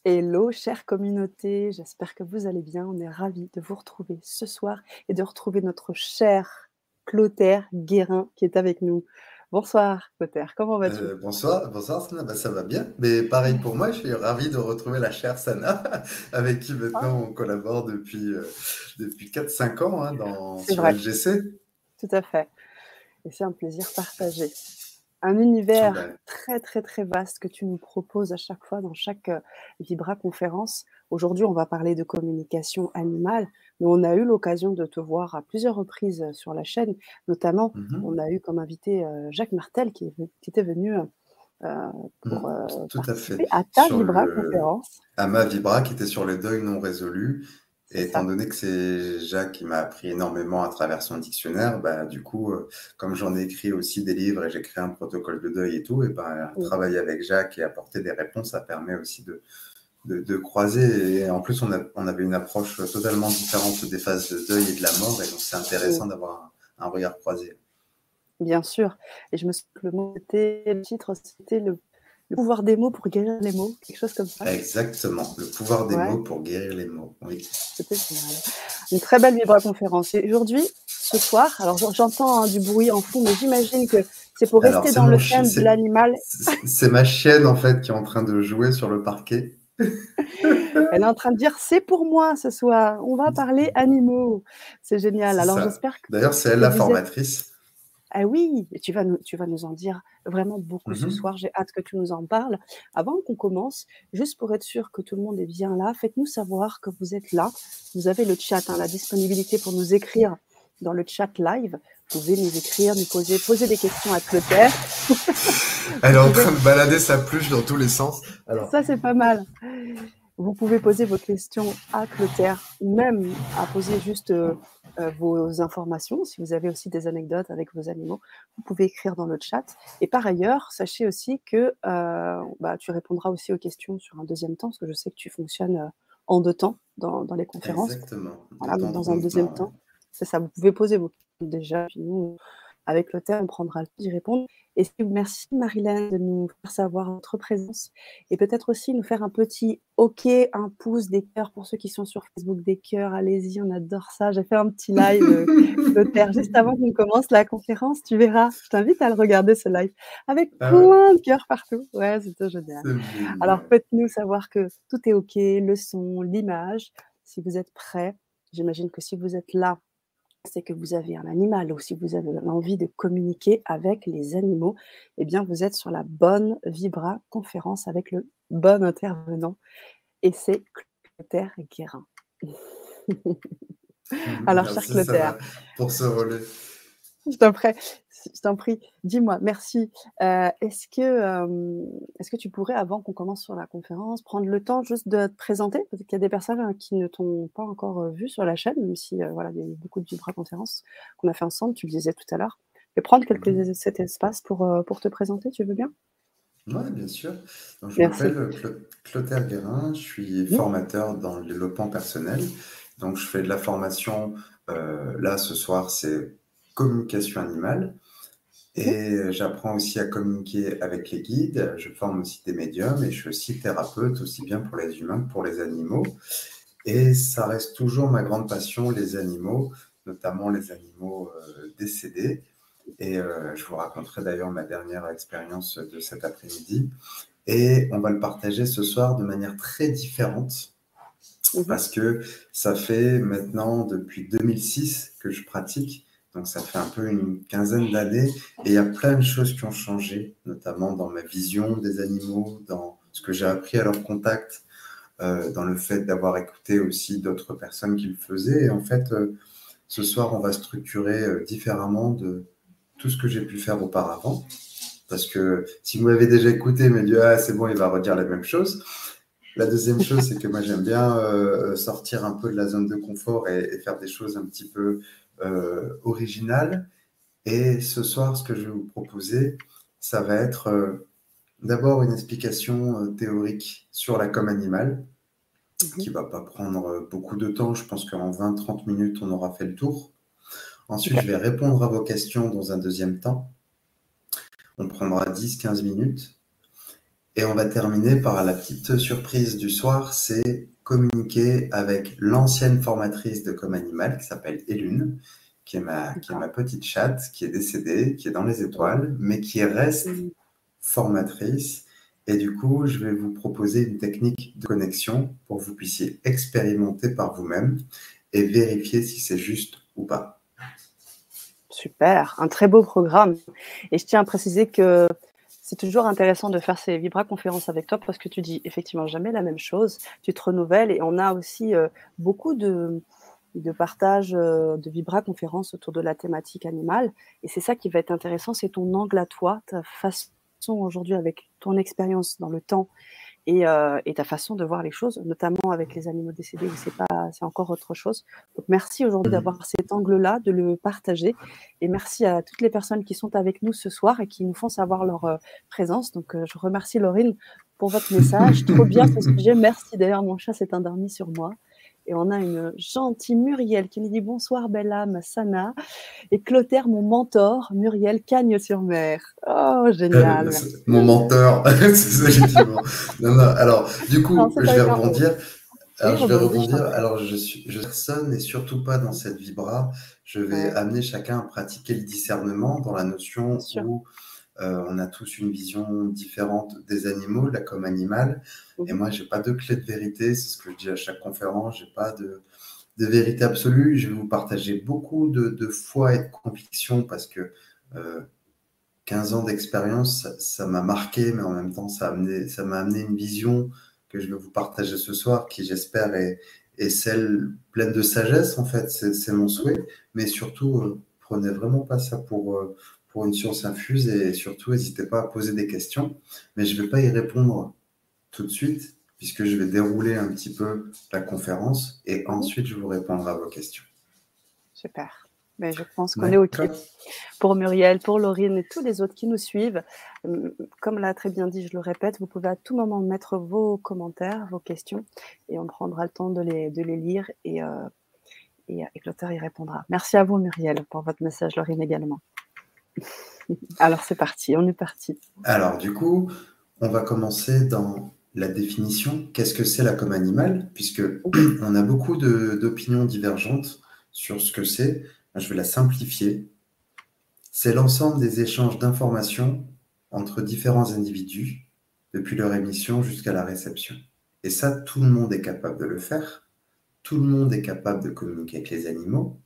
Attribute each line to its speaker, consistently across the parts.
Speaker 1: Hello, chère communauté, j'espère que vous allez bien. On est ravis de vous retrouver ce soir et de retrouver notre cher Clotaire Guérin qui est avec nous. Bonsoir Clotaire, comment vas-tu?
Speaker 2: Bonsoir, bonsoir Sana, bah, ça va bien. Mais pareil pour moi, je suis ravi de retrouver la chère Sana, avec qui
Speaker 1: Ah,
Speaker 2: maintenant on collabore depuis 4-5 ans hein,
Speaker 1: c'est
Speaker 2: sur
Speaker 1: vrai,
Speaker 2: LGC.
Speaker 1: tout à fait. Et c'est un plaisir partagé. Un univers
Speaker 2: Ben,
Speaker 1: très, très, très vaste que tu nous proposes à chaque fois dans chaque, Vibra conférence. Aujourd'hui, on va parler de communication animale, mais on a eu l'occasion de te voir à plusieurs reprises, sur la chaîne. Notamment,
Speaker 2: mhm,
Speaker 1: on a eu comme invité, Jacques Martel qui était venu, pour,
Speaker 2: tout à fait.
Speaker 1: participer à ta
Speaker 2: Sur
Speaker 1: Vibra
Speaker 2: le
Speaker 1: conférence.
Speaker 2: Ama Vibra qui était sur le deuil non résolu.
Speaker 1: C'est
Speaker 2: Et étant
Speaker 1: ça.
Speaker 2: donné que c'est Jacques qui m'a appris énormément à travers son dictionnaire, bah, du coup, comme j'en ai écrit aussi des livres et j'ai créé un protocole de deuil et tout, et ben,
Speaker 1: Mmh.
Speaker 2: travailler avec Jacques et apporter des réponses, ça permet aussi de croiser. Et en plus, on avait une approche totalement différente des phases de deuil et de la mort. Et donc, c'est
Speaker 1: Mmh.
Speaker 2: intéressant d'avoir un regard croisé.
Speaker 1: Bien sûr, et je me souviens que le titre, c'était le pouvoir des mots pour guérir les mots, quelque chose comme ça?
Speaker 2: Exactement. Le pouvoir des
Speaker 1: Ouais.
Speaker 2: mots pour guérir les mots. Oui.
Speaker 1: C'était génial. Une très belle vibra-conférence. Et aujourd'hui, ce soir, alors j'entends du bruit en fond, mais j'imagine que c'est pour
Speaker 2: Alors,
Speaker 1: rester dans le thème de l'animal.
Speaker 2: c'est ma chienne, en fait, qui est en train de jouer sur le parquet.
Speaker 1: Elle est en train de dire: «C'est pour moi ce soir, on va parler animaux». C'est génial.
Speaker 2: C'est
Speaker 1: Alors
Speaker 2: ça.
Speaker 1: j'espère
Speaker 2: D'ailleurs, c'est elle
Speaker 1: que
Speaker 2: la
Speaker 1: vous êtes.
Speaker 2: formatrice.
Speaker 1: Ah oui, et tu vas nous en dire vraiment beaucoup ce
Speaker 2: Mhm.
Speaker 1: soir. J'ai hâte que tu nous en parles. Avant qu'on commence, juste pour être sûr que tout le monde est bien là, faites-nous savoir que vous êtes là. Vous avez le chat, hein, la disponibilité pour nous écrire dans le chat live. Vous pouvez nous écrire, nous poser des questions à Clotaire.
Speaker 2: Elle
Speaker 1: Vous
Speaker 2: est en
Speaker 1: pouvez
Speaker 2: train de balader sa pluche dans tous les sens. Alors,
Speaker 1: Ça, c'est pas mal. Vous pouvez poser vos questions à Clotaire ou même à poser juste, vos informations. Si vous avez aussi des anecdotes avec vos animaux, vous pouvez écrire dans le chat. Et par ailleurs, sachez aussi que, tu répondras aussi aux questions sur un deuxième temps, parce que je sais que tu fonctionnes, en 2 temps dans les conférences.
Speaker 2: exactement. Deux
Speaker 1: Voilà, donc
Speaker 2: temps de
Speaker 1: dans un deuxième
Speaker 2: contenant. Ouais.
Speaker 1: temps, c'est ça, vous pouvez poser vos questions déjà, puis nous, avec le thème, on prendra le temps d'y répondre. Et merci Marilyn de nous faire savoir votre présence et peut-être aussi nous faire un petit OK, un pouce, des cœurs pour ceux qui sont sur Facebook, des cœurs, allez-y, on adore ça. J'ai fait un petit live, Clotaire, juste avant qu'on commence la conférence, tu verras. Je t'invite à le regarder ce live avec
Speaker 2: Ah ouais,
Speaker 1: plein de cœurs partout. Ouais, c'était génial.
Speaker 2: c'est
Speaker 1: Alors
Speaker 2: génial.
Speaker 1: faites-nous savoir que tout est OK, le son, l'image, si vous êtes prêts. J'imagine que si vous êtes là, c'est que vous avez un animal ou si vous avez l'envie de communiquer avec les animaux, eh bien, vous êtes sur la bonne Vibra conférence avec le bon intervenant et c'est Clotaire Guérin. Alors, cher
Speaker 2: Merci,
Speaker 1: Clotaire,
Speaker 2: Sana, pour ce relais.
Speaker 1: je t'en prie, je t'en prie, dis-moi, merci. Est-ce que tu pourrais, avant qu'on commence sur la conférence, prendre le temps juste de te présenter? Peut-être qu'il y a des personnes, qui ne t'ont pas encore, vu sur la chaîne, même si, voilà, il y a eu beaucoup de vibra-conférences qu'on a fait ensemble, tu le disais tout à l'heure. Et prendre
Speaker 2: Mhm.
Speaker 1: cet espace pour te présenter, tu veux bien?
Speaker 2: Ouais, bien sûr. Donc, je
Speaker 1: Merci.
Speaker 2: m'appelle Clotaire Guérin, je suis
Speaker 1: Mmh.
Speaker 2: formateur dans le développement personnel. Donc, je fais de la formation, là, ce soir, c'est communication animale.
Speaker 1: Mmh.
Speaker 2: Et j'apprends aussi à communiquer avec les guides. Je forme aussi des médiums et je suis aussi thérapeute, aussi bien pour les humains que pour les animaux. Et ça reste toujours ma grande passion, les animaux, notamment les animaux décédés. Et je vous raconterai d'ailleurs ma dernière expérience de cet après-midi. Et on va le partager ce soir de manière très différente
Speaker 1: Mmh.
Speaker 2: parce que ça fait maintenant depuis 2006 que je pratique. Donc ça fait un peu une quinzaine d'années et il y a plein de choses qui ont changé, notamment dans ma vision des animaux, dans ce que j'ai appris à leur contact, dans le fait d'avoir écouté aussi d'autres personnes qui le faisaient. Et en fait, ce soir, on va structurer différemment de tout ce que j'ai pu faire auparavant. Parce que si vous m'avez déjà écouté, mais dit, ah, c'est bon, il va redire la même chose. La deuxième chose, c'est que moi, j'aime bien sortir un peu de la zone de confort et faire des choses un petit peu originales. Et ce soir, ce que je vais vous proposer, ça va être d'abord une explication théorique sur la com animale,
Speaker 1: Mmh.
Speaker 2: qui va pas prendre beaucoup de temps. Je pense qu'en 20-30 minutes, on aura fait le tour. Ensuite,
Speaker 1: OK.
Speaker 2: je vais répondre à vos questions dans un deuxième temps. On prendra 10-15 minutes. Et on va terminer par la petite surprise du soir, c'est communiquer avec l'ancienne formatrice de Comme Animal qui s'appelle Elune, qui est ma petite chatte, qui est décédée, qui est dans les étoiles, mais qui reste formatrice. Et du coup, je vais vous proposer une technique de connexion pour que vous puissiez expérimenter par vous-même et vérifier si c'est juste ou pas.
Speaker 1: Super, un très beau programme. Et je tiens à préciser que c'est toujours intéressant de faire ces vibra-conférences avec toi parce que tu dis effectivement jamais la même chose, tu te renouvelles et on a aussi beaucoup de partage de vibra-conférences autour de la thématique animale. Et c'est ça qui va être intéressant, c'est ton angle à toi, ta façon aujourd'hui avec ton expérience dans le temps et ta façon de voir les choses, notamment avec les animaux décédés où c'est encore autre chose. Donc merci aujourd'hui d'avoir cet angle-là, de le partager. Et merci à toutes les personnes qui sont avec nous ce soir et qui nous font savoir leur présence. Donc je remercie Laurine pour votre message. Trop bien ce sujet. Merci. D'ailleurs, mon chat s'est endormi sur moi. Et on a une gentille Muriel qui nous dit bonsoir belle âme, Sana. Et Clotaire, mon mentor, Muriel Cagnes-sur-Mer. Oh, génial.
Speaker 2: Mon mentor, c'est ça que je dis. Non, alors, du coup, je vais rebondir. Alors, je suis personne et surtout pas dans cette vibra. Je vais amener chacun à pratiquer le discernement dans la notion où on a tous une vision différente des animaux, là, comme animal. Et moi, j'ai pas de clé de vérité. C'est ce que je dis à chaque conférence. J'ai pas de vérité absolue. Je vais vous partager beaucoup de foi et de conviction parce que 15 ans d'expérience, ça m'a marqué, mais en même temps, ça m'a amené une vision que je vais vous partager ce soir, qui j'espère est celle pleine de sagesse, en fait, c'est mon souhait. Mais surtout, prenez vraiment pas ça pour une science infuse et surtout, n'hésitez pas à poser des questions. Mais je ne vais pas y répondre tout de suite, puisque je vais dérouler un petit peu la conférence et ensuite, je vous répondrai à vos questions.
Speaker 1: Super. Mais je pense qu'on est OK pour Muriel, pour Laurine et tous les autres qui nous suivent. Comme l'a très bien dit, je le répète, vous pouvez à tout moment mettre vos commentaires, vos questions, et on prendra le temps de les lire et Clotaire y répondra. Merci à vous, Muriel, pour votre message, Laurine également. Alors, c'est parti, on est parti.
Speaker 2: Alors, du coup, on va commencer dans la définition. Qu'est-ce que c'est la Comme Animal? Puisque on a beaucoup d'opinions divergentes sur ce que c'est. Je vais la simplifier. C'est l'ensemble des échanges d'informations entre différents individus depuis leur émission jusqu'à la réception. Et ça, tout le monde est capable de le faire. Tout le monde est capable de communiquer avec les animaux.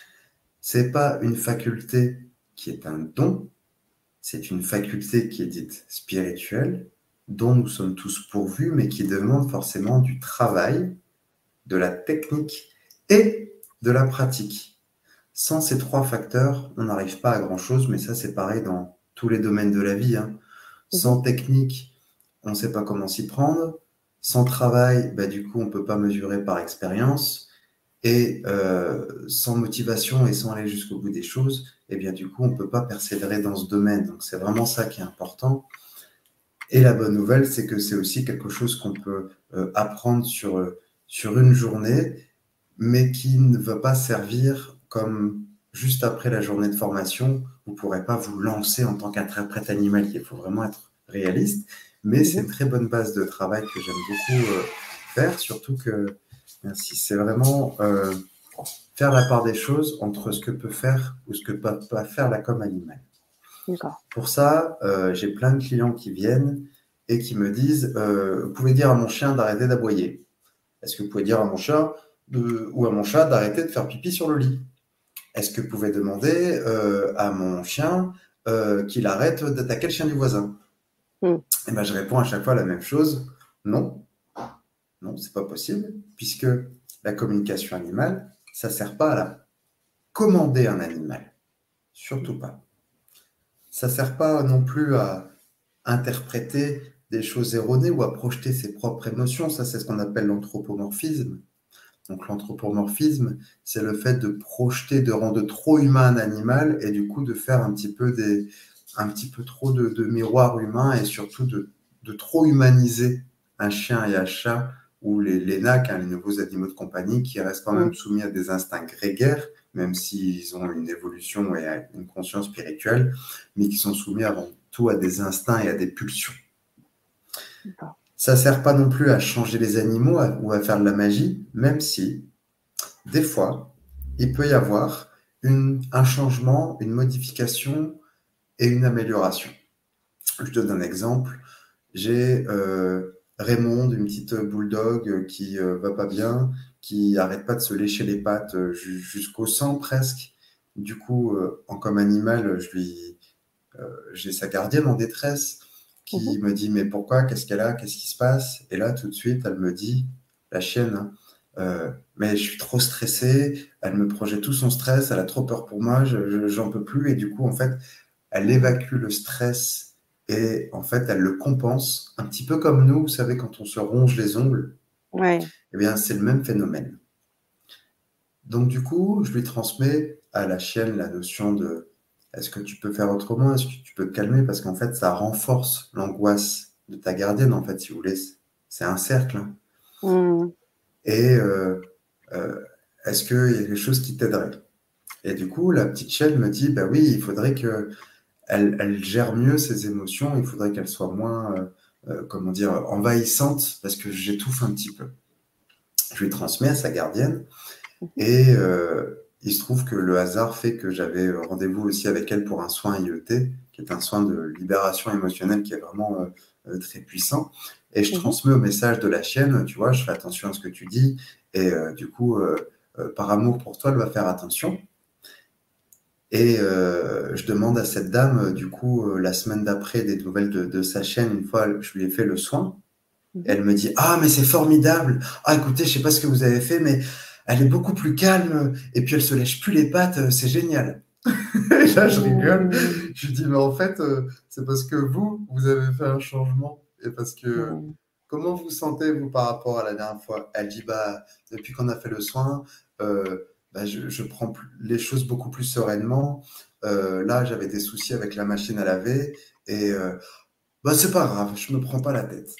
Speaker 2: C'est pas une faculté qui est un don, c'est une faculté qui est dite spirituelle, dont nous sommes tous pourvus, mais qui demande forcément du travail, de la technique et de la pratique. Sans ces trois facteurs, on n'arrive pas à grand-chose, mais ça c'est pareil dans tous les domaines de la vie. Sans technique, on ne sait pas comment s'y prendre. Sans travail, du coup, on ne peut pas mesurer par expérience. Et sans motivation et sans aller jusqu'au bout des choses, du coup, on ne peut pas persévérer dans ce domaine. Donc, c'est vraiment ça qui est important. Et la bonne nouvelle, c'est que c'est aussi quelque chose qu'on peut apprendre sur une journée, mais qui ne va pas servir comme juste après la journée de formation. Vous ne pourrez pas vous lancer en tant qu'interprète animalier. Il faut vraiment être réaliste. Mais c'est une très bonne base de travail que j'aime beaucoup faire, surtout que c'est vraiment faire la part des choses entre ce que peut faire ou ce que peut pas faire la Comme Animal. Pour ça, j'ai plein de clients qui viennent et qui me disent vous pouvez dire à mon chien d'arrêter d'aboyer. Est-ce que vous pouvez dire à mon chat ou à mon chat d'arrêter de faire pipi sur le lit? Est-ce que vous pouvez demander à mon chien qu'il arrête d'attaquer le chien du voisin? Et je réponds à chaque fois la même chose. Non, c'est pas possible, puisque la communication animale, ça sert pas à commander un animal. Surtout pas. Ça sert pas non plus à interpréter des choses erronées ou à projeter ses propres émotions. Ça, c'est ce qu'on appelle l'anthropomorphisme. Donc, l'anthropomorphisme, c'est le fait de projeter, de rendre trop humain un animal et du coup de faire un petit peu trop de miroirs humains et surtout de trop humaniser un chien et un chat ou les NAC, les nouveaux animaux de compagnie, qui restent quand même soumis à des instincts grégaires, même s'ils ont une évolution et une conscience spirituelle, mais qui sont soumis avant tout à des instincts et à des pulsions.
Speaker 1: D'accord.
Speaker 2: Ça ne sert pas non plus à changer les animaux ou à faire de la magie, même si, des fois, il peut y avoir un changement, une modification et une amélioration. Je donne un exemple. J'ai Raymond, une petite bulldog qui va pas bien, qui arrête pas de se lécher les pattes jusqu'au sang presque. Du coup, comme animal, j'ai sa gardienne en détresse qui me dit mais pourquoi, qu'est-ce qu'elle a, qu'est-ce qui se passe? Et là, tout de suite, elle me dit, la chienne, hein, mais je suis trop stressée, elle me projette tout son stress, elle a trop peur pour moi, j'en peux plus. Et du coup, en fait, elle évacue le stress et en fait, elle le compense, un petit peu comme nous, vous savez, quand on se ronge les ongles,
Speaker 1: Ouais.
Speaker 2: eh bien, c'est le même phénomène. Donc, du coup, je lui transmets à la chienne la notion de est-ce que tu peux faire autrement? Est-ce que tu peux te calmer? Parce qu'en fait, ça renforce l'angoisse de ta gardienne, en fait, si vous voulez. C'est un cercle, hein.
Speaker 1: Mmh.
Speaker 2: Et est-ce qu'il y a quelque chose qui t'aiderait? Et du coup, la petite chienne me dit, bah oui, il faudrait que elle gère mieux ses émotions, il faudrait qu'elle soit moins, comment dire, envahissante, parce que j'étouffe un petit peu. Je lui transmets à sa gardienne, et il se trouve que le hasard fait que j'avais rendez-vous aussi avec elle pour un soin IET, qui est un soin de libération émotionnelle qui est vraiment très puissant. Et je transmets au message de la chienne, tu vois, je fais attention à ce que tu dis, et du coup, par amour pour toi, elle va faire attention. Et je demande à cette dame, du coup, la semaine d'après, des nouvelles de sa chaîne, une fois, je lui ai fait le soin. Elle me dit, ah, mais c'est formidable. Ah, écoutez, je sais pas ce que vous avez fait, mais elle est beaucoup plus calme. Et puis, elle se lèche plus les pattes. C'est génial. Et là, je rigole. Je lui dis, mais en fait, c'est parce que vous avez fait un changement. Et parce que, comment vous sentez, vous, par rapport à la dernière fois? Elle dit, bah, depuis qu'on a fait le soin, bah, je prends les choses beaucoup plus sereinement. Là, j'avais des soucis avec la machine à laver. Et bah, c'est pas grave, je me prends pas la tête.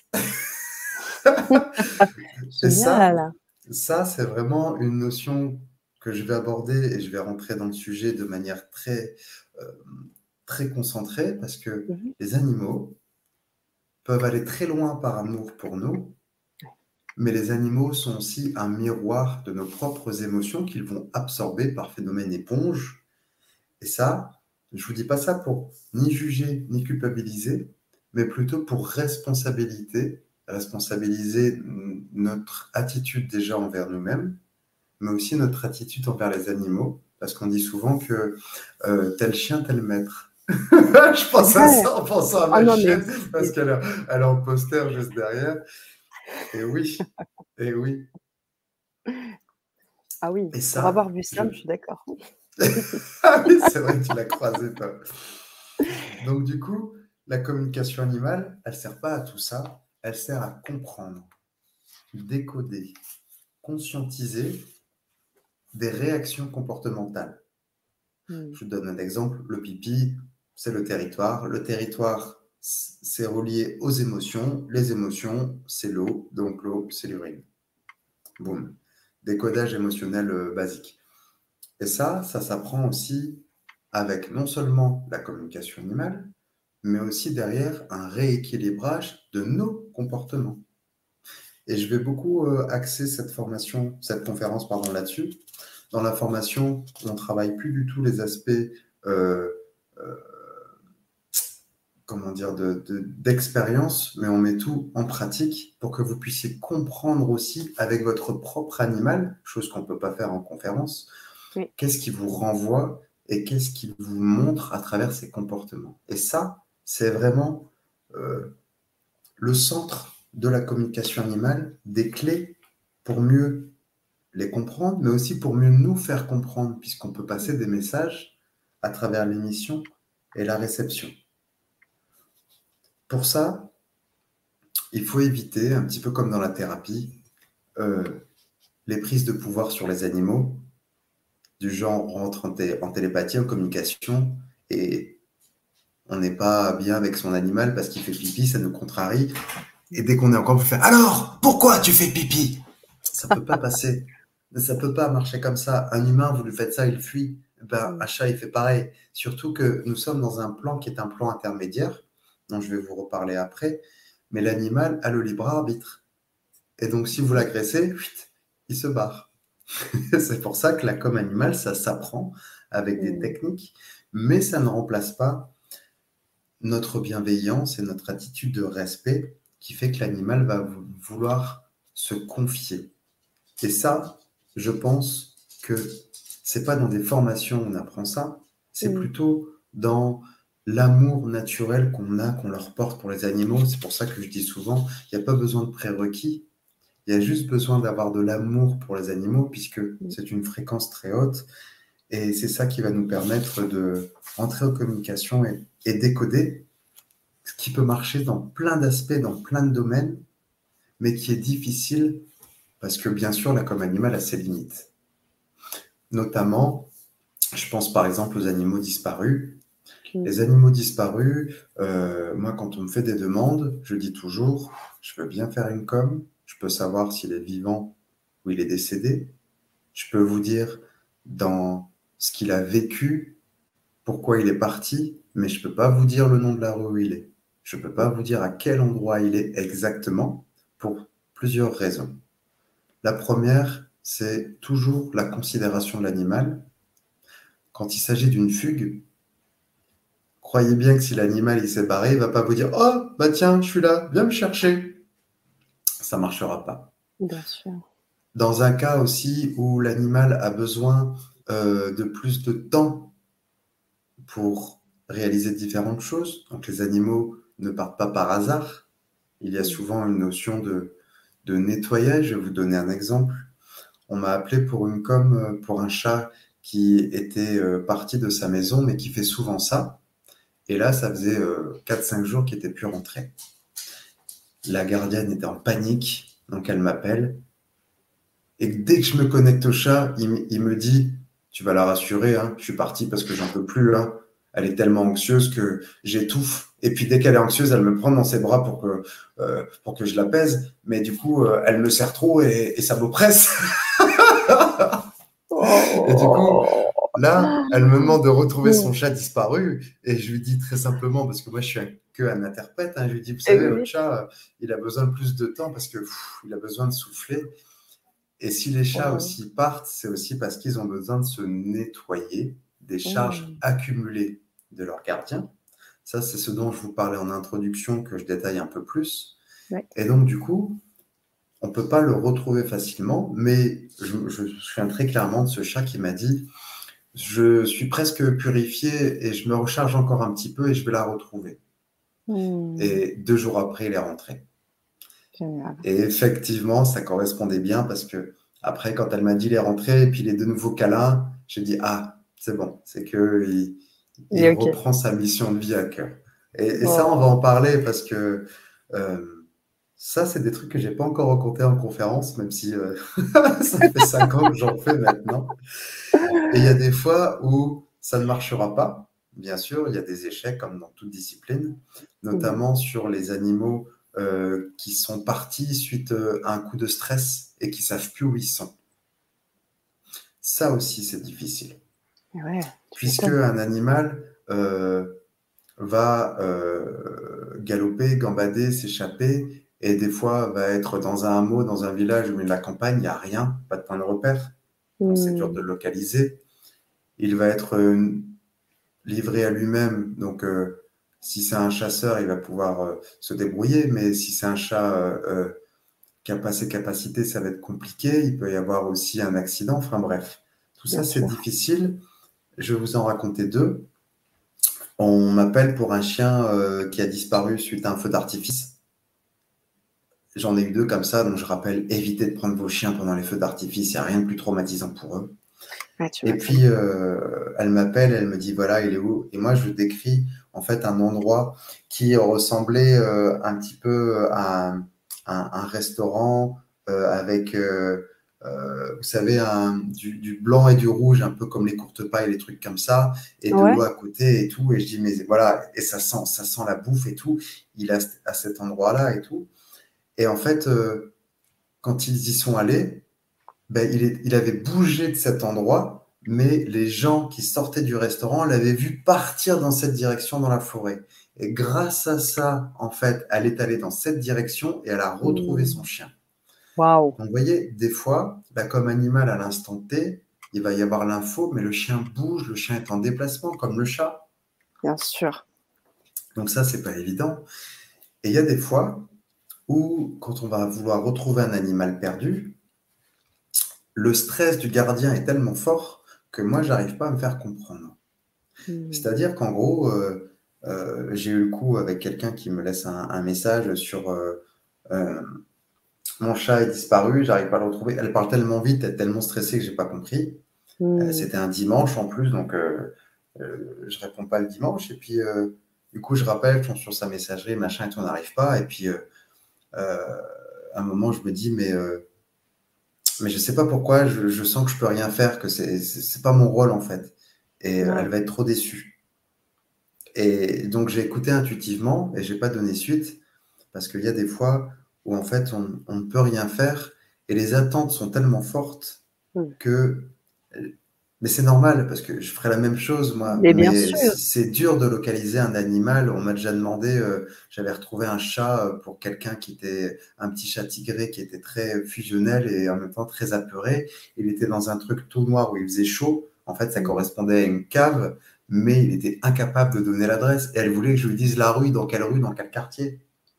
Speaker 2: Et
Speaker 1: Génial.
Speaker 2: ça, c'est vraiment une notion que je vais aborder et je vais rentrer dans le sujet de manière très, très concentrée parce que les animaux peuvent aller très loin par amour pour nous, mais les animaux sont aussi un miroir de nos propres émotions qu'ils vont absorber par phénomène éponge. Et ça, je vous dis pas ça pour ni juger ni culpabiliser, mais plutôt pour responsabiliser notre attitude déjà envers nous-mêmes, mais aussi notre attitude envers les animaux, parce qu'on dit souvent que tel chien, tel maître. Je pense à ça en pensant à ma chienne, parce qu'elle est en poster juste derrière. Et oui, et oui.
Speaker 1: Ah oui,
Speaker 2: Et
Speaker 1: pour
Speaker 2: ça,
Speaker 1: avoir vu ça, je suis d'accord.
Speaker 2: ah oui, c'est vrai que tu l'as croisé, toi. Donc, du coup, la communication animale, elle ne sert pas à tout ça. Elle sert à comprendre, décoder, conscientiser des réactions comportementales. Je vous donne un exemple. Le pipi, c'est le territoire. Le territoire, c'est relié aux émotions. Les émotions, c'est l'eau. Donc, l'eau, c'est l'urine. Boum. Décodage émotionnel basique. Et ça s'apprend aussi avec non seulement la communication animale, mais aussi derrière un rééquilibrage de nos comportements. Et je vais beaucoup axer cette conférence là-dessus. Dans la formation, on ne travaille plus du tout les aspects euh, euh, comment dire, d'expérience, mais on met tout en pratique pour que vous puissiez comprendre aussi avec votre propre animal, chose qu'on ne peut pas faire en conférence, qu'est-ce qui vous renvoie et qu'est-ce qui vous montre à travers ces comportements. Et ça, c'est vraiment le centre de la communication animale, des clés pour mieux les comprendre, mais aussi pour mieux nous faire comprendre, puisqu'on peut passer des messages à travers l'émission et la réception. Pour ça, il faut éviter, un petit peu comme dans la thérapie, les prises de pouvoir sur les animaux, du genre on rentre en télépathie, en communication, et on n'est pas bien avec son animal parce qu'il fait pipi, ça nous contrarie. Et dès qu'on est encore plus fait, alors, pourquoi tu fais pipi? Ça ne peut pas passer. Ça ne peut pas marcher comme ça. Un humain, vous lui faites ça, il fuit. Ben, un chat, il fait pareil. Surtout que nous sommes dans un plan qui est un plan intermédiaire, dont je vais vous reparler après. mais l'animal a le libre arbitre. Et donc, si vous l'agressez, il se barre. C'est pour ça que la com animale, ça s'apprend avec des techniques, mais ça ne remplace pas notre bienveillance et notre attitude de respect qui fait que l'animal va vouloir se confier. Et ça, je pense que c'est pas dans des formations où on apprend ça, c'est plutôt dans l'amour naturel qu'on a, qu'on leur porte pour les animaux. C'est pour ça que je dis souvent, il n'y a pas besoin de prérequis, il y a juste besoin d'avoir de l'amour pour les animaux, puisque c'est une fréquence très haute, et c'est ça qui va nous permettre de rentrer en communication et décoder, ce qui peut marcher dans plein d'aspects, dans plein de domaines, mais qui est difficile, parce que bien sûr, la com animale a ses limites. Notamment, je pense par exemple aux animaux disparus. Les animaux disparus, moi, quand on me fait des demandes, je dis toujours, je veux bien faire une com, je peux savoir s'il est vivant ou il est décédé. Je peux vous dire dans ce qu'il a vécu, pourquoi il est parti, mais je ne peux pas vous dire le nom de la rue où il est. Je ne peux pas vous dire à quel endroit il est exactement, pour plusieurs raisons. La première, c'est toujours la considération de l'animal. Quand il s'agit d'une fugue, croyez bien que si l'animal il s'est barré, il ne va pas vous dire « Oh, bah tiens, je suis là, viens me chercher ». Ça ne marchera pas.
Speaker 1: Bien sûr.
Speaker 2: Dans un cas aussi où l'animal a besoin de plus de temps pour réaliser différentes choses, donc les animaux ne partent pas par hasard, il y a souvent une notion de nettoyage. Je vais vous donner un exemple. On m'a appelé pour une com pour un chat qui était parti de sa maison, mais qui fait souvent ça. Et là, ça faisait 4-5 jours qu'il n'était plus rentré. La gardienne était en panique, donc elle m'appelle. Et dès que je me connecte au chat, il me dit « Tu vas la rassurer, hein, je suis parti parce que j'en peux plus. Hein. Elle est tellement anxieuse que j'étouffe. » Et puis dès qu'elle est anxieuse, elle me prend dans ses bras pour que je l'apaise. Mais du coup, elle me serre trop et ça m'oppresse. Et du coup, là, elle me demande de retrouver son chat disparu. Et je lui dis très simplement, parce que moi, je suis qu'un interprète, hein, je lui dis, vous savez, votre chat, il a besoin de plus de temps parce que il a besoin de souffler. Et si les chats aussi partent, c'est aussi parce qu'ils ont besoin de se nettoyer des charges accumulées de leur gardien. Ça, c'est ce dont je vous parlais en introduction, que je détaille un peu plus.
Speaker 1: Ouais.
Speaker 2: Et donc, du coup, on ne peut pas le retrouver facilement, mais je me souviens très clairement de ce chat qui m'a dit « Je suis presque purifié et je me recharge encore un petit peu et je vais la retrouver. » Et 2 jours après, il est rentré.
Speaker 1: Génial.
Speaker 2: Et effectivement, ça correspondait bien parce que après, quand elle m'a dit il est rentré et puis les 2 nouveaux câlins, j'ai dit ah, c'est bon, c'est que il reprend sa mission de vie à cœur. Et ça, on va en parler parce que ça, c'est des trucs que j'ai pas encore racontés en conférence, même si ça fait 5 ans que j'en fais maintenant. Et il y a des fois où ça ne marchera pas. Bien sûr, il y a des échecs comme dans toute discipline, notamment sur les animaux qui sont partis suite à un coup de stress et qui savent plus où ils sont. Ça aussi, c'est difficile.
Speaker 1: Ouais,
Speaker 2: puisque un animal va galoper, gambader, s'échapper, et des fois va être dans un hameau, dans un village ou de la campagne, il n'y a rien, pas de point de repère, donc c'est dur de le localiser. Il va être livré à lui-même, donc si c'est un chasseur, il va pouvoir se débrouiller, mais si c'est un chat qui n'a pas ses capacités, ça va être compliqué, il peut y avoir aussi un accident, enfin bref. Tout ça, c'est difficile. Je vais vous en raconter 2. On m'appelle pour un chien qui a disparu suite à un feu d'artifice. J'en ai eu 2 comme ça, donc je rappelle, évitez de prendre vos chiens pendant les feux d'artifice, il n'y a rien de plus traumatisant pour eux. Et puis, elle m'appelle, elle me dit, voilà, il est où? Et moi, je décris en fait un endroit qui ressemblait un petit peu à un restaurant avec, vous savez, du blanc et du rouge, un peu comme les courtes pailles, les trucs comme ça, et de l'eau à côté et tout. Et je dis, mais voilà, et ça sent la bouffe et tout. Il est à cet endroit-là et tout. Et en fait, quand ils y sont allés, ben, il avait bougé de cet endroit, mais les gens qui sortaient du restaurant l'avaient vu partir dans cette direction dans la forêt. Et grâce à ça, en fait, elle est allée dans cette direction et elle a retrouvé son chien.
Speaker 1: Waouh,
Speaker 2: Donc, vous voyez, des fois, là, comme animal à l'instant T, il va y avoir l'info, mais le chien bouge, le chien est en déplacement, comme le chat.
Speaker 1: bien sûr.
Speaker 2: Donc ça, c'est pas évident. Et il y a des fois où, quand on va vouloir retrouver un animal perdu, le stress du gardien est tellement fort que moi, j'arrive pas à me faire comprendre. C'est-à-dire qu'en gros, j'ai eu le coup avec quelqu'un qui me laisse un message sur euh, mon chat est disparu, j'arrive pas à le retrouver. Elle parle tellement vite, elle est tellement stressée que j'ai pas compris. C'était un dimanche en plus, donc je réponds pas le dimanche. Et puis, du coup, je rappelle, je tombe sur sa messagerie, machin, et tout, on n'arrive pas. Et puis, à un moment, je me dis, mais je sais pas pourquoi, je sens que je peux rien faire, que c'est pas mon rôle en fait. Et elle va être trop déçue. Et donc, j'ai écouté intuitivement et j'ai pas donné suite parce qu'il y a des fois où en fait, on ne peut rien faire et les attentes sont tellement fortes que mais c'est normal parce que je ferais la même chose moi,
Speaker 1: Mais bien
Speaker 2: mais
Speaker 1: sûr.
Speaker 2: c'est dur de localiser un animal. On m'a déjà demandé, j'avais retrouvé un chat pour quelqu'un qui était un petit chat tigré qui était très fusionnel et en même temps très apeuré. Il était dans un truc tout noir où il faisait chaud. En fait, ça correspondait à une cave, mais il était incapable de donner l'adresse. Et elle voulait que je lui dise la rue, dans quel quartier.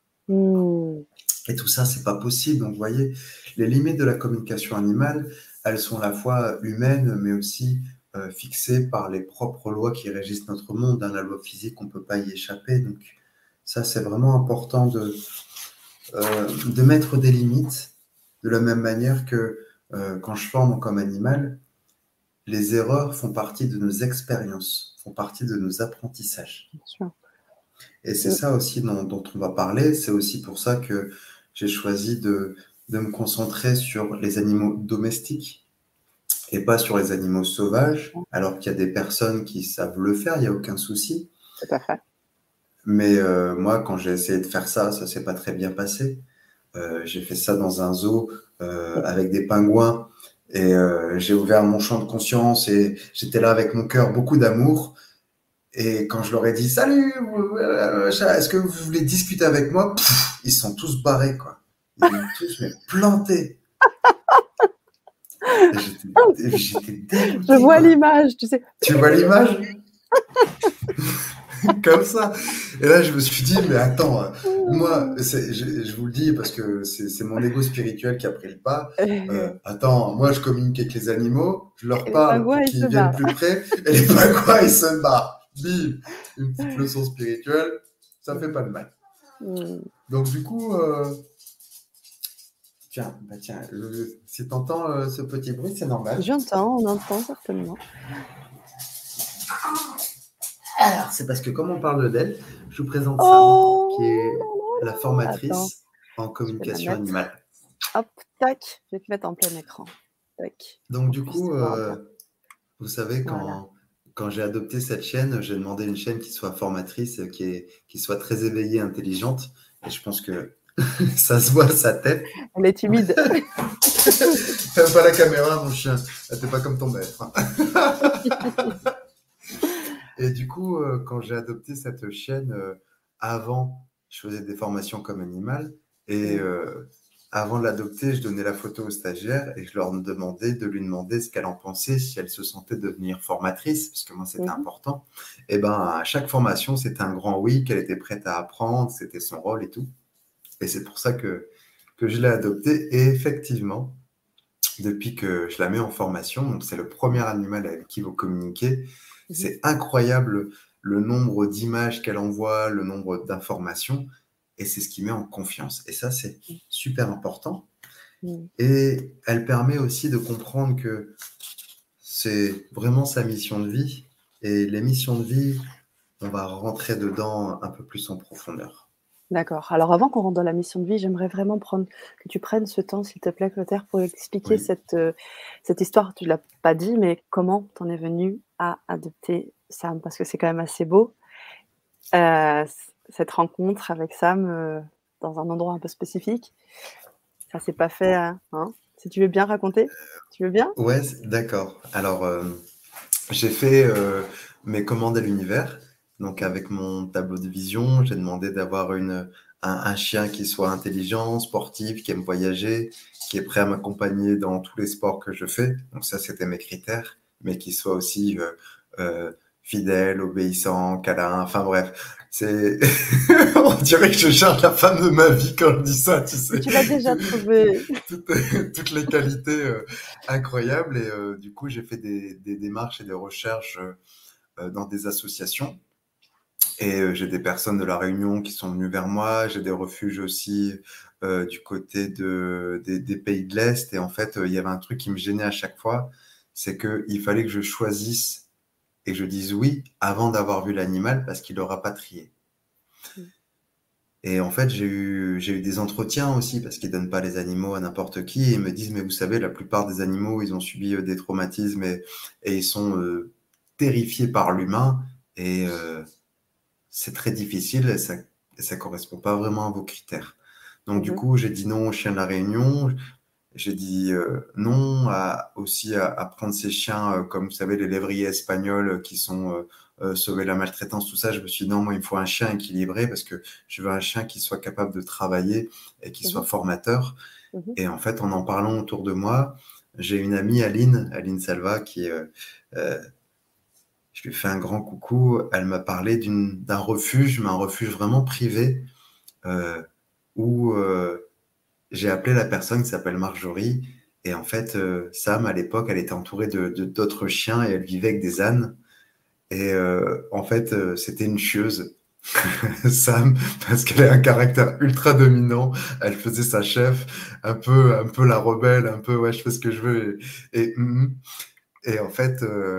Speaker 2: Et tout ça, c'est pas possible. Donc, vous voyez, les limites de la communication animale, elles sont à la fois humaines, mais aussi fixées par les propres lois qui régissent notre monde. Dans la loi physique, on peut pas y échapper. Donc, ça, c'est vraiment important de mettre des limites, de la même manière que quand je forme comme animal, les erreurs font partie de nos expériences, font partie de nos apprentissages.
Speaker 1: Bien sûr.
Speaker 2: Et c'est ça aussi dont on va parler. C'est aussi pour ça que j'ai choisi de me concentrer sur les animaux domestiques et pas sur les animaux sauvages, alors qu'il y a des personnes qui savent le faire, il n'y a aucun souci.
Speaker 1: Tout à fait.
Speaker 2: Mais moi, quand j'ai essayé de faire ça, ça s'est pas très bien passé. J'ai fait ça dans un zoo avec des pingouins et j'ai ouvert mon champ de conscience et j'étais là avec mon cœur, beaucoup d'amour. Et quand je leur ai dit salut, est-ce que vous voulez discuter avec moi? Ils sont tous barrés, quoi. Ils ont tous mais plantés. J'étais dégoûté.
Speaker 1: Je vois
Speaker 2: quoi.
Speaker 1: l'image, tu sais.
Speaker 2: Tu vois l'image? Comme ça. Et là, je me suis dit, mais attends, moi, je vous le dis parce que c'est mon ego spirituel qui a pris le pas. Attends, moi, je communique avec les animaux, je leur
Speaker 1: Et les
Speaker 2: parle
Speaker 1: pingouins,
Speaker 2: pour
Speaker 1: ils se
Speaker 2: qu'ils viennent
Speaker 1: barrent.
Speaker 2: plus près, et les pingouins, ils se barrent. Bim! Une petite leçon spirituelle, ça fait pas de mal. Donc, du coup, tiens, si t'entends ce petit bruit, c'est normal.
Speaker 1: J'entends, on entend certainement.
Speaker 2: Alors, c'est parce que comme on parle d'elle, je vous présente Sam, qui est la formatrice en communication animale.
Speaker 1: Hop, tac, je vais te mettre en plein écran. Tac.
Speaker 2: Donc, du coup, vous savez, quand j'ai adopté cette chaîne, j'ai demandé une chaîne qui soit formatrice, qui soit très éveillée, intelligente. Et je pense que ça se voit sa tête.
Speaker 1: Elle est timide.
Speaker 2: T'aimes pas la caméra, mon chien. T'es pas comme ton maître. Et du coup, quand j'ai adopté cette chaîne, avant, je faisais des formations comme animal. Et avant de l'adopter, je donnais la photo aux stagiaires et je leur demandais de lui demander ce qu'elle en pensait, si elle se sentait devenir formatrice, parce que moi, c'était important. Et ben, à chaque formation, c'était un grand oui, qu'elle était prête à apprendre, c'était son rôle et tout. Et c'est pour ça que je l'ai adoptée. Et effectivement, depuis que je la mets en formation, donc c'est le premier animal avec qui vous communiquez, c'est incroyable le nombre d'images qu'elle envoie, le nombre d'informations, et c'est ce qui met en confiance. Et ça, c'est super important. Et elle permet aussi de comprendre que c'est vraiment sa mission de vie, et les missions de vie, on va rentrer dedans un peu plus en profondeur.
Speaker 1: D'accord. Alors avant qu'on rentre dans la mission de vie, j'aimerais vraiment que tu prennes ce temps, s'il te plaît, Clotaire, pour expliquer cette histoire. Tu ne l'as pas dit, mais comment tu en es venu à adopter Sam? Parce que c'est quand même assez beau, cette rencontre avec Sam dans un endroit un peu spécifique. Ça s'est pas fait, hein? Si tu veux bien raconter, tu veux bien?
Speaker 2: Ouais, d'accord. Alors, j'ai fait mes commandes à l'univers. Donc, avec mon tableau de vision, j'ai demandé d'avoir un chien qui soit intelligent, sportif, qui aime voyager, qui est prêt à m'accompagner dans tous les sports que je fais. Donc, ça, c'était mes critères, mais qui soit aussi euh, fidèle, obéissant, câlin. Enfin, bref. On dirait que je cherche la femme de ma vie quand je dis ça, tu
Speaker 1: Mais
Speaker 2: sais.
Speaker 1: tu l'as déjà trouvé.
Speaker 2: toutes, toutes les qualités incroyables. Et du coup, j'ai fait des démarches et des recherches dans des associations. Et j'ai des personnes de La Réunion qui sont venues vers moi. J'ai des refuges aussi du côté des pays de l'Est. Et en fait, il y avait un truc qui me gênait à chaque fois, c'est qu'il fallait que je choisisse et que je dise oui avant d'avoir vu l'animal parce qu'il aura pas trié. Et en fait, j'ai eu des entretiens aussi parce qu'ils donnent pas les animaux à n'importe qui et ils me disent, mais vous savez, la plupart des animaux, ils ont subi des traumatismes et ils sont terrifiés par l'humain et c'est très difficile et ça correspond pas vraiment à vos critères. Donc du
Speaker 1: Mhm.
Speaker 2: coup, j'ai dit non aux chiens de la Réunion. J'ai dit non aussi à prendre ces chiens, comme vous savez, les lévriers espagnols qui sont sauvés de la maltraitance, tout ça. Je me suis dit non, moi, il me faut un chien équilibré parce que je veux un chien qui soit capable de travailler et qui soit
Speaker 1: Mhm.
Speaker 2: formateur.
Speaker 1: Mhm.
Speaker 2: Et en fait, en parlant autour de moi, j'ai une amie, Aline Salva, euh, je lui fais un grand coucou. Elle m'a parlé d'un refuge, mais un refuge vraiment privé, euh, où j'ai appelé la personne qui s'appelle Marjorie. Et en fait, Sam, à l'époque, elle était entourée d'autres chiens et elle vivait avec des ânes. Et en fait, c'était une chieuse, Sam, parce qu'elle a un caractère ultra dominant. Elle faisait sa chef, un peu la rebelle, un peu ouais, je fais ce que je veux. Et en fait,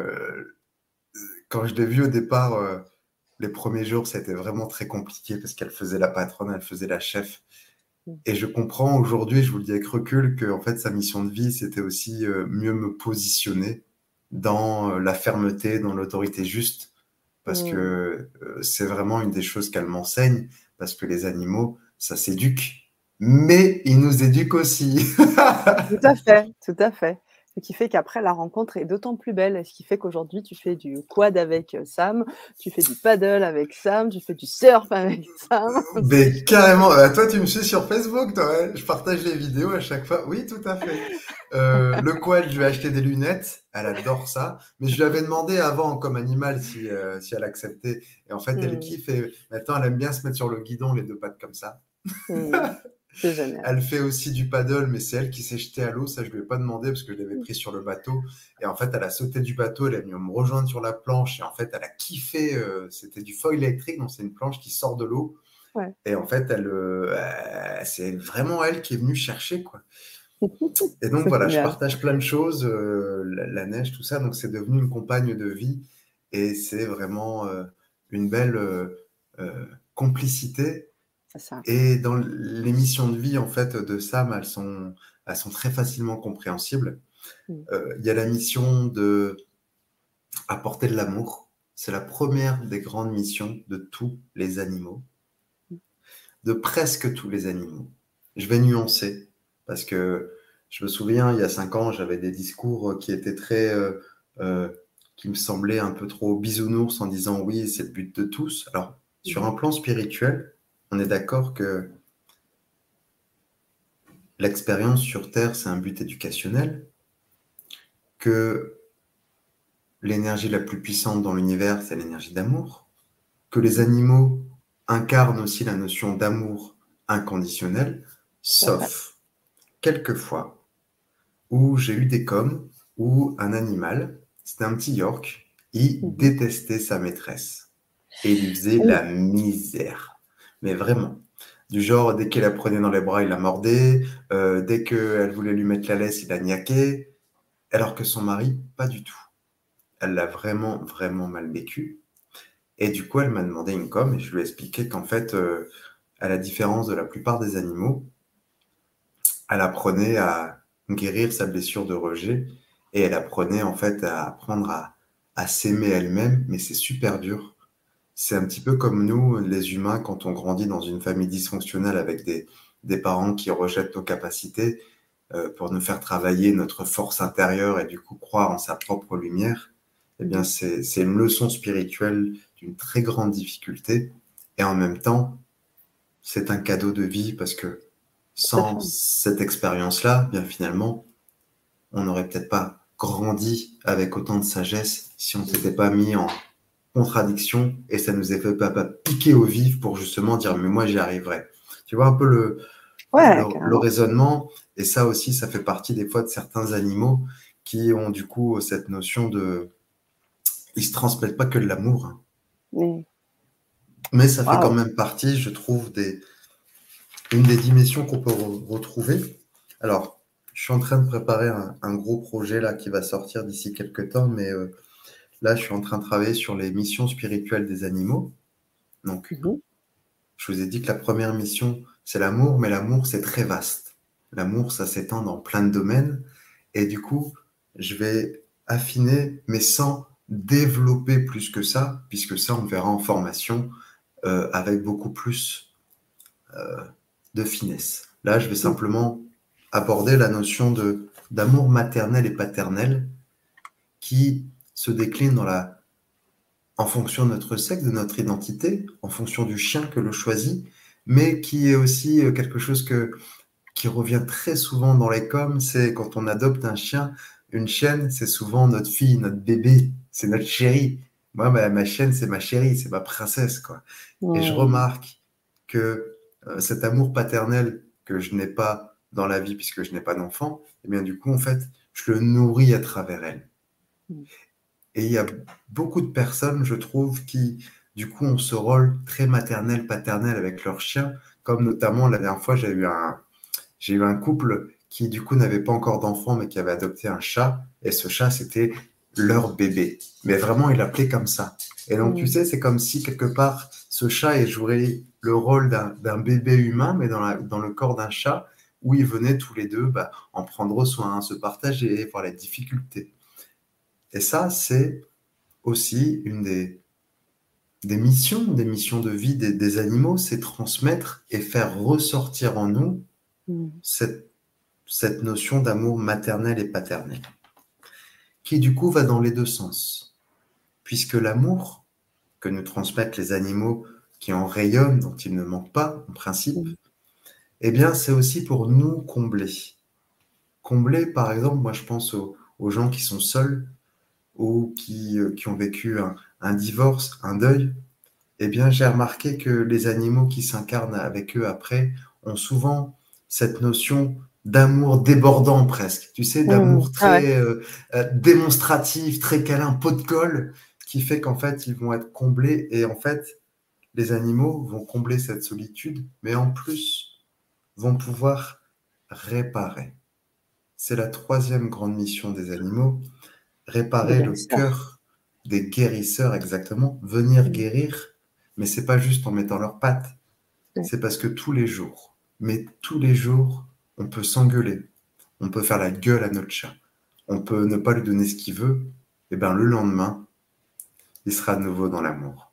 Speaker 2: quand je l'ai vue au départ, les premiers jours, c'était vraiment très compliqué parce qu'elle faisait la patronne, elle faisait la chef. Et je comprends aujourd'hui, je vous le dis avec recul, que en fait sa mission de vie, c'était aussi mieux me positionner dans la fermeté, dans l'autorité juste, parce
Speaker 1: Mhm.
Speaker 2: que c'est vraiment une des choses qu'elle m'enseigne, parce que les animaux, ça s'éduque, mais ils nous éduquent aussi.
Speaker 1: Tout à fait, tout à fait. Ce qui fait qu'après la rencontre est d'autant plus belle. Ce qui fait qu'aujourd'hui tu fais du quad avec, Sam, tu fais du paddle avec Sam, tu fais du surf avec Sam. C'est
Speaker 2: Mais
Speaker 1: chouette.
Speaker 2: carrément, toi tu me suis sur Facebook, toi, ouais. Je partage les vidéos à chaque fois. Oui, tout à fait. Le quad, je lui ai acheté des lunettes, elle adore ça. Mais je lui avais demandé avant, comme animal, si elle acceptait. Et en fait, elle
Speaker 1: Mmh.
Speaker 2: kiffe et maintenant elle aime bien se mettre sur le guidon, les deux pattes comme ça.
Speaker 1: Mmh. C'est génial.
Speaker 2: Elle fait aussi du paddle, mais c'est elle qui s'est jetée à l'eau. Ça, je lui ai pas demandé parce que je l'avais pris sur le bateau. Et en fait, elle a sauté du bateau, elle est venue me rejoindre sur la planche. Et en fait, elle a kiffé. C'était du foil électrique, donc c'est une planche qui sort de l'eau.
Speaker 1: Ouais.
Speaker 2: Et en fait, c'est vraiment elle qui est venue chercher, quoi. Et donc
Speaker 1: C'est
Speaker 2: voilà, je
Speaker 1: génial.
Speaker 2: partage plein de choses, la neige, tout ça. Donc c'est devenu une compagne de vie et c'est vraiment une belle complicité.
Speaker 1: C'est ça.
Speaker 2: Et dans les missions de vie en fait de Sam, elles sont très facilement compréhensibles.
Speaker 1: Mmh.
Speaker 2: Il y a la mission de apporter de l'amour. C'est la première des grandes missions de tous les animaux,
Speaker 1: Mmh.
Speaker 2: de presque tous les animaux. Je vais nuancer parce que je me souviens, il y a 5 ans, j'avais des discours qui étaient euh, qui me semblaient un peu trop bisounours en disant oui, c'est le but de tous. Alors, sur
Speaker 1: Mmh.
Speaker 2: un plan spirituel, on est d'accord que l'expérience sur Terre, c'est un but éducationnel, que l'énergie la plus puissante dans l'univers, c'est l'énergie d'amour, que les
Speaker 1: Mmh.
Speaker 2: animaux incarnent aussi la notion d'amour inconditionnel,
Speaker 1: Tout à fait.
Speaker 2: sauf quelquefois où j'ai eu des coms où un animal, c'était un petit York, il
Speaker 1: Mmh.
Speaker 2: détestait sa maîtresse et il lui faisait
Speaker 1: Oui.
Speaker 2: la misère. Mais vraiment. Du genre, dès qu'elle la prenait dans les bras, il la mordait. Dès qu'elle voulait lui mettre la laisse, il la niaquait. Alors que son mari, pas du tout. Elle l'a vraiment, vraiment mal vécu. Et du coup, elle m'a demandé une com et je lui ai expliqué qu'en fait, à la différence de la plupart des animaux, elle apprenait à guérir sa blessure de rejet et elle apprenait en fait à apprendre à s'aimer elle-même, mais c'est super dur. C'est un petit peu comme nous, les humains, quand on grandit dans une famille dysfonctionnelle avec des parents qui rejettent nos capacités pour nous faire travailler notre force intérieure et du coup croire en sa propre lumière. eh bien, c'est une leçon spirituelle d'une très grande difficulté. Et en même temps, c'est un cadeau de vie parce que sans cette expérience-là, bien finalement, on n'aurait peut-être pas grandi avec autant de sagesse si on ne s'était pas mis en contradiction et ça nous a fait pas piquer au vif pour justement dire mais moi j'y arriverai. Tu vois un peu le raisonnement, et ça aussi ça fait partie des fois de certains animaux qui ont du coup cette notion de ils se transmettent pas que de l'amour, hein. Mais ça fait quand même partie, je trouve, une des dimensions qu'on peut retrouver. Alors, je suis en train de préparer un gros projet là qui va sortir d'ici quelques temps, mais là, je suis en train de travailler sur les missions spirituelles des animaux. Donc, je vous ai dit que la première mission, c'est l'amour, mais l'amour, c'est très vaste. L'amour, ça s'étend dans plein de domaines. Et du coup, je vais affiner, mais sans développer plus que ça, puisque ça, on verra en formation avec beaucoup plus de finesse. Là, je vais simplement aborder la notion d'amour maternel et paternel qui se décline en fonction de notre sexe, de notre identité, en fonction du chien que l'on choisit, mais qui est aussi quelque chose qui revient très souvent dans les coms, c'est quand on adopte un chien, une chienne, c'est souvent notre fille, notre bébé, c'est notre chérie. Moi, ma chienne, c'est ma chérie, c'est ma princesse, quoi. Et je remarque que cet amour paternel que je n'ai pas dans la vie puisque je n'ai pas d'enfant, eh bien du coup, en fait, je le nourris à travers elle. Et il y a beaucoup de personnes, je trouve, qui, du coup, ont ce rôle très maternel, paternel avec leur chien, comme notamment la dernière fois, j'ai eu un couple qui, du coup, n'avait pas encore d'enfant, mais qui avait adopté un chat, et ce chat, c'était leur bébé. Mais vraiment, il l'appelait comme ça. Et donc, tu sais, c'est comme si, quelque part, ce chat jouait le rôle d'un bébé humain, mais dans le corps d'un chat, où ils venaient tous les deux en prendre soin, se partager, voir les difficultés. Et ça, c'est aussi une des missions de vie des animaux, c'est transmettre et faire ressortir en nous cette notion d'amour maternel et paternel, qui du coup va dans les deux sens. Puisque l'amour que nous transmettent les animaux qui en rayonnent, dont ils ne manquent pas en principe, eh bien c'est aussi pour nous combler. Combler, par exemple, moi je pense aux gens qui sont seuls ou qui ont vécu un divorce, un deuil. Eh bien, j'ai remarqué que les animaux qui s'incarnent avec eux après ont souvent cette notion d'amour débordant presque, tu sais, d'amour très démonstratif, très câlin, pot de colle, qui fait qu'en fait, ils vont être comblés. Et en fait, les animaux vont combler cette solitude, mais en plus, vont pouvoir réparer. C'est la troisième grande mission des animaux, réparer le cœur des guérisseurs, exactement, venir guérir. Mais c'est pas juste en mettant leurs pattes, c'est parce que tous les jours, mais tous les jours, on peut s'engueuler, on peut faire la gueule à notre chat, on peut ne pas lui donner ce qu'il veut, et bien le lendemain, il sera de nouveau dans l'amour.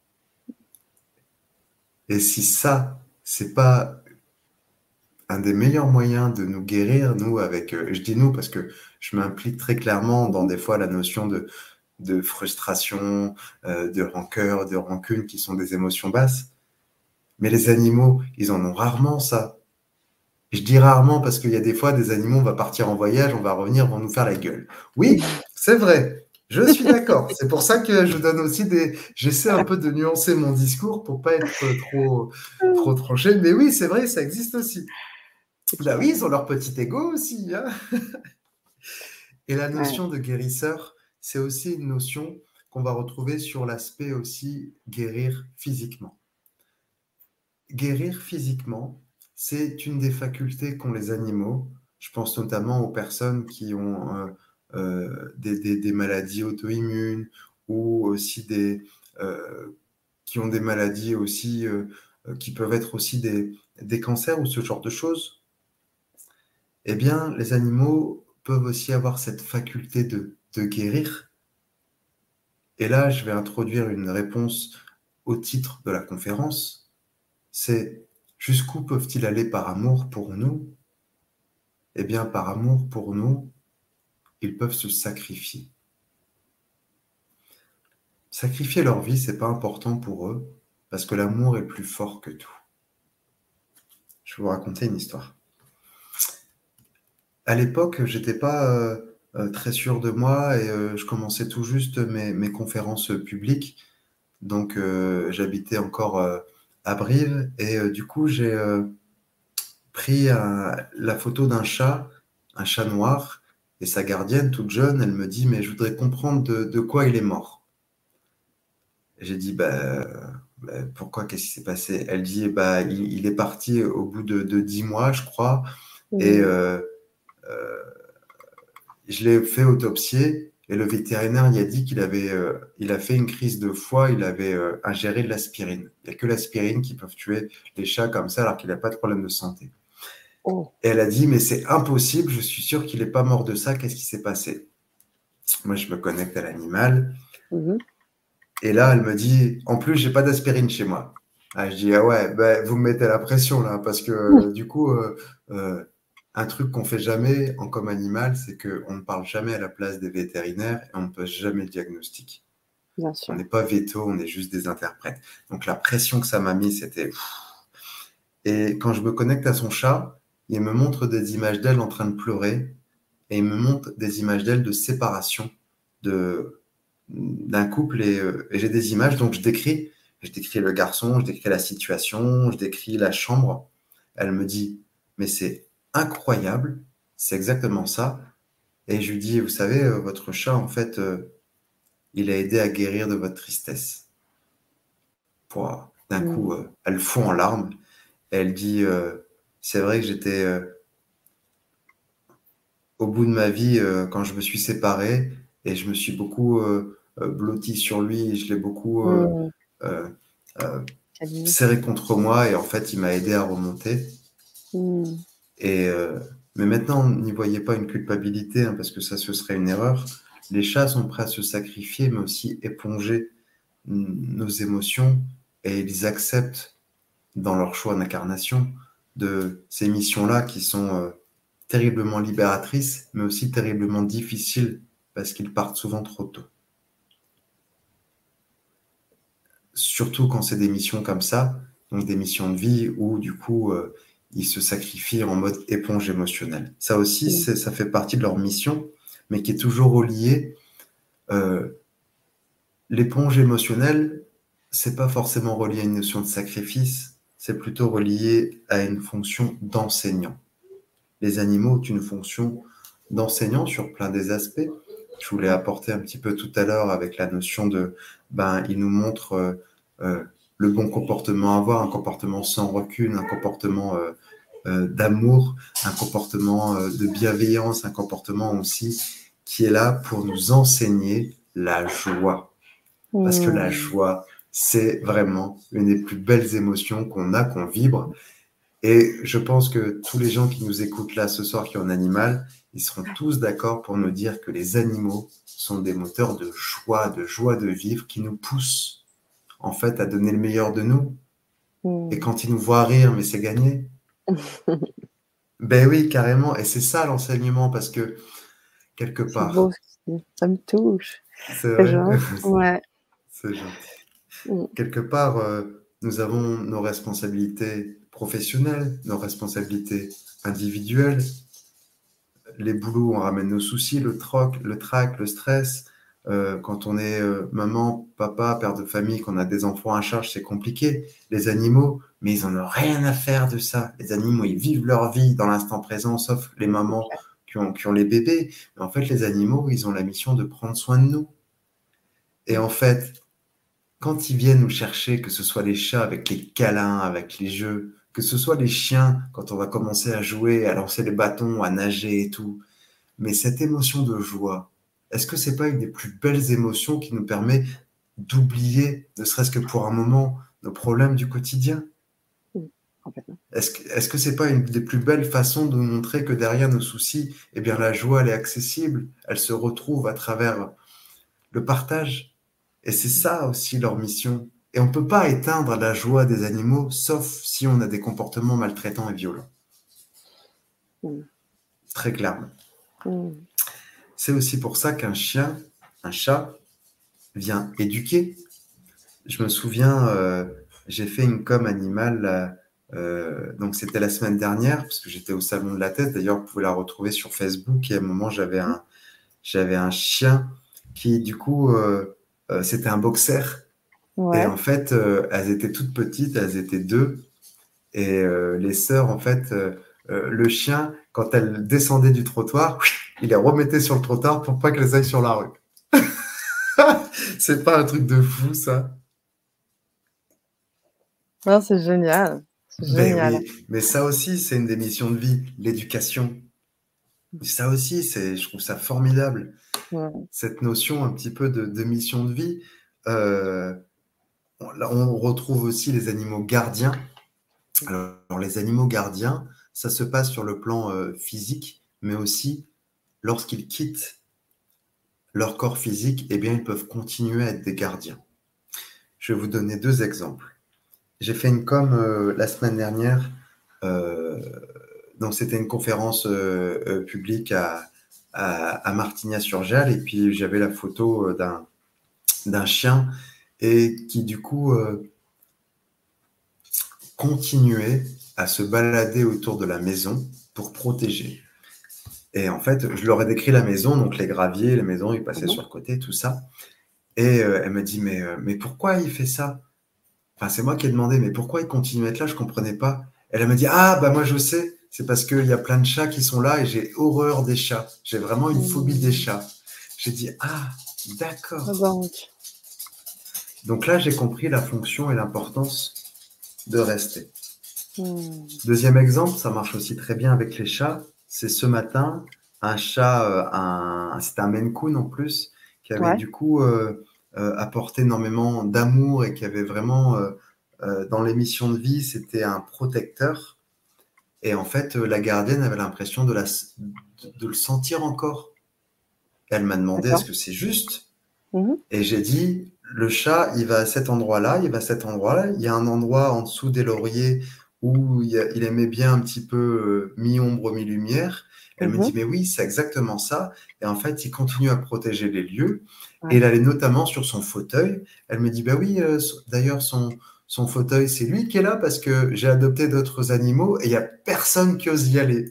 Speaker 2: Et si ça, c'est pas un des meilleurs moyens de nous guérir, nous, je dis nous parce que je m'implique très clairement dans des fois la notion de frustration, de rancœur, de rancune, qui sont des émotions basses. Mais les animaux, ils en ont rarement ça. Je dis rarement parce qu'il y a des fois des animaux, on va partir en voyage, on va revenir, vont nous faire la gueule. Oui, c'est vrai, je suis d'accord. C'est pour ça que je donne aussi j'essaie un peu de nuancer mon discours pour pas être trop tranché. Mais oui, c'est vrai, ça existe aussi. Bah oui, ils ont leur petit ego aussi, hein. Et la notion de guérisseur, c'est aussi une notion qu'on va retrouver sur l'aspect aussi guérir physiquement. Guérir physiquement, c'est une des facultés qu'ont les animaux. Je pense notamment aux personnes qui ont des maladies auto-immunes ou aussi qui ont des maladies aussi qui peuvent être aussi des cancers ou ce genre de choses. Eh bien, les animaux peuvent aussi avoir cette faculté de guérir. Et là, je vais introduire une réponse au titre de la conférence. C'est jusqu'où peuvent-ils aller par amour pour nous? Eh bien, par amour pour nous, ils peuvent se sacrifier. sacrifier leur vie, c'est pas important pour eux, parce que l'amour est plus fort que tout. Je vais vous raconter une histoire. À l'époque, j'étais pas très sûr de moi et je commençais tout juste mes conférences publiques. Donc, j'habitais encore à Brive et du coup, j'ai pris la photo d'un chat, un chat noir, et sa gardienne, toute jeune, elle me dit, mais je voudrais comprendre de quoi il est mort. Et j'ai dit, pourquoi, qu'est-ce qui s'est passé? Elle dit, il est parti au bout de 10 mois, je crois, et je l'ai fait autopsier, et le vétérinaire il a dit il a fait une crise de foie, il avait ingéré de l'aspirine. Il n'y a que l'aspirine qui peut tuer les chats comme ça, alors qu'il n'a pas de problème de santé.
Speaker 1: Oh.
Speaker 2: Et elle a dit, mais c'est impossible, je suis sûre qu'il n'est pas mort de ça, qu'est-ce qui s'est passé? Moi, je me connecte à l'animal. Et là, elle me dit, en plus, j'ai pas d'aspirine chez moi. Ah, je dis, ah ouais, vous me mettez la pression là, parce que du coup, un truc qu'on fait jamais en comme animal, c'est qu'on ne parle jamais à la place des vétérinaires et on ne pose jamais le diagnostic.
Speaker 1: Bien
Speaker 2: On
Speaker 1: sûr.
Speaker 2: n'est pas veto, on est juste des interprètes. Donc la pression que ça m'a mis, c'était... Et quand je me connecte à son chat, il me montre des images d'elle en train de pleurer et il me montre des images d'elle de séparation d'un couple et j'ai des images, donc je décris le garçon, je décris la situation, je décris la chambre. Elle me dit, mais c'est incroyable, c'est exactement ça. Et je lui dis, vous savez, votre chat, en fait, il a aidé à guérir de votre tristesse. D'un coup, elle fond en larmes. Et elle dit, c'est vrai que j'étais au bout de ma vie quand je me suis séparé et je me suis beaucoup blotti sur lui, je l'ai beaucoup euh, serré contre moi et en fait, il m'a aidé à remonter. Et, mais maintenant, n'y voyez pas une culpabilité parce que ça, ce serait une erreur. Les chats sont prêts à se sacrifier, mais aussi éponger nos émotions et ils acceptent dans leur choix d'incarnation de ces missions-là qui sont terriblement libératrices, mais aussi terriblement difficiles parce qu'ils partent souvent trop tôt. Surtout quand c'est des missions comme ça, donc des missions de vie où du coup ils se sacrifient en mode éponge émotionnelle. Ça aussi, ça fait partie de leur mission, mais qui est toujours relié. L'éponge émotionnelle, c'est pas forcément relié à une notion de sacrifice, c'est plutôt relié à une fonction d'enseignant. Les animaux ont une fonction d'enseignant sur plein des aspects. Je voulais apporter un petit peu tout à l'heure avec la notion de, ils nous montrent le bon comportement à avoir, un comportement sans recul, un comportement d'amour, un comportement de bienveillance, un comportement aussi qui est là pour nous enseigner la joie. Parce que la joie, c'est vraiment une des plus belles émotions qu'on a, qu'on vibre. Et je pense que tous les gens qui nous écoutent là ce soir qui ont un animal, ils seront tous d'accord pour nous dire que les animaux sont des moteurs de joie de vivre, qui nous poussent en fait à donner le meilleur de nous. Et quand ils nous voient rire, mais c'est gagné. Ben oui, carrément. Et c'est ça l'enseignement, parce que quelque part...
Speaker 1: C'est beau, ça me touche.
Speaker 2: C'est vrai.
Speaker 1: Ouais.
Speaker 2: C'est gentil. Quelque part, nous avons nos responsabilités professionnelles, nos responsabilités individuelles. Les boulots, on ramène nos soucis, le trac, le stress. Quand on est maman, papa, père de famille, qu'on a des enfants à charge, c'est compliqué. Les animaux, mais ils n'en ont rien à faire de ça. Les animaux, ils vivent leur vie dans l'instant présent, sauf les mamans qui ont les bébés. Mais en fait, les animaux, ils ont la mission de prendre soin de nous. Et en fait, quand ils viennent nous chercher, que ce soit les chats avec les câlins, avec les jeux, que ce soit les chiens quand on va commencer à jouer, à lancer les bâtons, à nager et tout, mais cette émotion de joie, est-ce que c'est pas une des plus belles émotions qui nous permet d'oublier, ne serait-ce que pour un moment, nos problèmes du quotidien?
Speaker 1: Complètement.
Speaker 2: Est-ce que c'est pas une des plus belles façons de nous montrer que derrière nos soucis, eh bien la joie, elle est accessible, elle se retrouve à travers le partage. Et c'est ça aussi leur mission. Et on ne peut pas éteindre la joie des animaux, sauf si on a des comportements maltraitants et violents. Très clairement. C'est aussi pour ça qu'un chien, un chat, vient éduquer. Je me souviens, j'ai fait une com animale, donc c'était la semaine dernière, parce que j'étais au Salon de la Tête. D'ailleurs, vous pouvez la retrouver sur Facebook. Et à un moment, j'avais un chien qui, du coup, c'était un boxer. Et
Speaker 1: Ouais.
Speaker 2: en fait, elles étaient toutes petites, elles étaient deux. Et les sœurs, en fait, le chien, quand elle descendait du trottoir, il les remettait sur le trottoir pour pas qu'elles aillent sur la rue. C'est pas un truc de fou, ça?
Speaker 1: Non, c'est génial. C'est
Speaker 2: Ben
Speaker 1: génial.
Speaker 2: oui, mais ça aussi, c'est une des missions de vie, l'éducation. Et ça aussi, je trouve ça formidable,
Speaker 1: Mm.
Speaker 2: cette notion un petit peu de mission de vie. Euh, Là, on retrouve aussi les animaux gardiens. Alors, les animaux gardiens, ça se passe sur le plan physique, mais aussi lorsqu'ils quittent leur corps physique, eh bien, ils peuvent continuer à être des gardiens. Je vais vous donner deux exemples. J'ai fait une com la semaine dernière. euh, donc, c'était une conférence publique à Martignas-sur-Jalles. Et puis, j'avais la photo d'un chien et qui, du coup, continuait à se balader autour de la maison pour protéger. Et en fait, je leur ai décrit la maison, donc les graviers, les maisons, ils passaient
Speaker 1: Mhm.
Speaker 2: sur le côté, tout ça. Et elle me dit, mais pourquoi il fait ça? Enfin, c'est moi qui ai demandé, mais pourquoi il continue à être là? Je comprenais pas. Elle m'a dit, ah, bah moi je sais, c'est parce qu'il y a plein de chats qui sont là et j'ai horreur des chats. J'ai vraiment une phobie des
Speaker 1: Mm.
Speaker 2: chats. J'ai dit, ah,
Speaker 1: Ah,
Speaker 2: d'accord.
Speaker 1: donc.
Speaker 2: Donc là, j'ai compris la fonction et l'importance de rester.
Speaker 1: Mm.
Speaker 2: Deuxième exemple, ça marche aussi très bien avec les chats. C'est ce matin, un chat, c'était un Maine Coon en plus, qui avait
Speaker 1: Ouais.
Speaker 2: du coup apporté énormément d'amour et qui avait vraiment, dans les missions de vie, c'était un protecteur. Et en fait, la gardienne avait l'impression de le sentir encore. Elle m'a demandé, est-ce
Speaker 1: D'accord.
Speaker 2: que c'est juste?
Speaker 1: Mhm.
Speaker 2: Et j'ai dit, le chat, il va à cet endroit-là, il va à cet endroit-là. Il y a un endroit en dessous des lauriers où il aimait bien un petit peu mi-ombre, mi-lumière. Elle me dit,
Speaker 1: Mhm.
Speaker 2: mais oui, c'est exactement ça. Et en fait, il continue à protéger les lieux. Et
Speaker 1: Ouais.
Speaker 2: elle allait notamment sur son fauteuil. Elle me dit, bah oui, d'ailleurs, son fauteuil, c'est lui qui est là parce que j'ai adopté d'autres animaux et il n'y a personne qui ose y aller.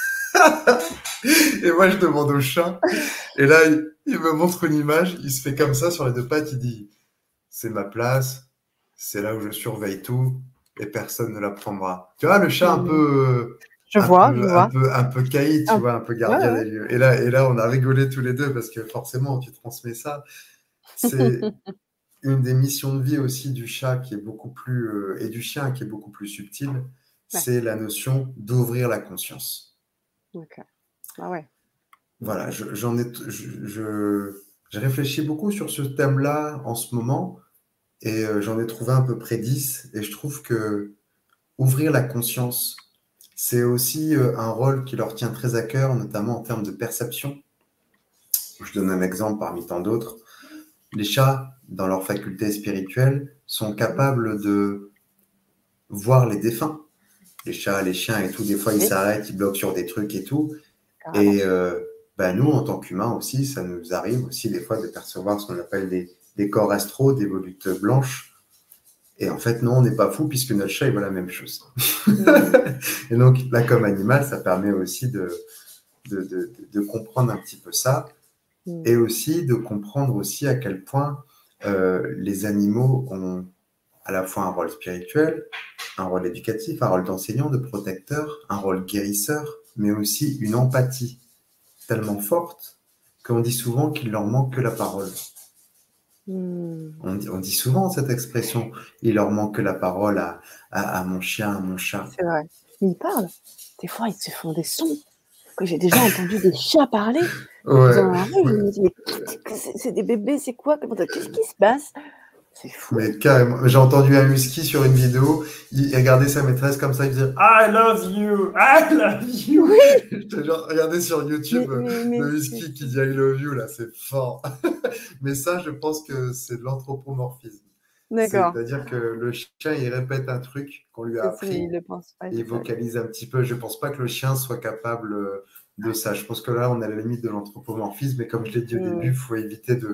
Speaker 2: Et moi, je demande au chat. Et là, il me montre une image. Il se fait comme ça sur les deux pattes. Il dit, c'est ma place, c'est là où je surveille tout et personne ne la prendra. Tu vois, le chat
Speaker 1: Mm. Je
Speaker 2: un
Speaker 1: vois, je
Speaker 2: peu, un
Speaker 1: vois.
Speaker 2: peu, un peu caïd, tu
Speaker 1: Ah,
Speaker 2: vois, un peu
Speaker 1: ouais,
Speaker 2: gardien
Speaker 1: ouais.
Speaker 2: des lieux. Et là, on a rigolé tous les deux parce que forcément, tu transmets ça. C'est une des missions de vie aussi du chat qui est beaucoup plus, et du chien qui est beaucoup plus subtile,
Speaker 1: Ouais.
Speaker 2: c'est la notion d'ouvrir la conscience.
Speaker 1: Ok. Ah ouais.
Speaker 2: Voilà, j'ai réfléchi beaucoup sur ce thème-là en ce moment et j'en ai trouvé à peu près 10 et je trouve que ouvrir la conscience, c'est aussi un rôle qui leur tient très à cœur, notamment en termes de perception. Je donne un exemple parmi tant d'autres. Les chats, dans leur faculté spirituelle, sont
Speaker 1: Mhm.
Speaker 2: capables de voir les défunts. Les chats, les chiens et tout, des fois, ils
Speaker 1: Oui,
Speaker 2: s'arrêtent, ils bloquent sur des trucs et tout.
Speaker 1: carrément.
Speaker 2: Et bah, nous, en tant qu'humains aussi, ça nous arrive aussi des fois de percevoir ce qu'on appelle des corps astraux, des volutes blanches. Et en fait, non, on n'est pas fou puisque notre chat, il voit la même chose.
Speaker 1: Mm.
Speaker 2: Et donc, là, comme animal, ça permet aussi de comprendre un petit peu ça
Speaker 1: Mm.
Speaker 2: et aussi de comprendre aussi à quel point les animaux ont à la fois un rôle spirituel, un rôle éducatif, un rôle d'enseignant, de protecteur, un rôle guérisseur, mais aussi une empathie tellement forte qu'on dit souvent qu'il leur manque que la parole.
Speaker 1: Mm.
Speaker 2: On dit souvent cette expression, il leur manque que la parole à mon chien, à mon chat.
Speaker 1: C'est vrai. Ils parlent. Des fois, ils se font des sons. Que j'ai déjà entendu des chats parler
Speaker 2: Ouais,
Speaker 1: dans la rue. Je
Speaker 2: ouais.
Speaker 1: me dis, mais c'est des bébés, c'est quoi? Qu'est-ce qui se passe? C'est fou.
Speaker 2: Mais carrément, j'ai entendu un husky sur une vidéo, il regardait sa maîtresse comme ça, il disait I love you, I love you.
Speaker 1: Oui,
Speaker 2: J'étais genre, regardez sur YouTube
Speaker 1: mais
Speaker 2: le
Speaker 1: c'est
Speaker 2: husky qui dit I love you, là, c'est fort. Mais ça, je pense que c'est de l'anthropomorphisme.
Speaker 1: d'accord.
Speaker 2: C'est-à-dire que le chien, il répète un truc qu'on lui a
Speaker 1: Mais
Speaker 2: appris
Speaker 1: il le pense pas,
Speaker 2: et il
Speaker 1: c'est ça.
Speaker 2: vocalise un petit peu. Je pense pas que le chien soit capable de ça. Je pense que là, on est à la limite de l'anthropomorphisme. Et comme je l'ai dit au début,
Speaker 1: Mm.
Speaker 2: il faut éviter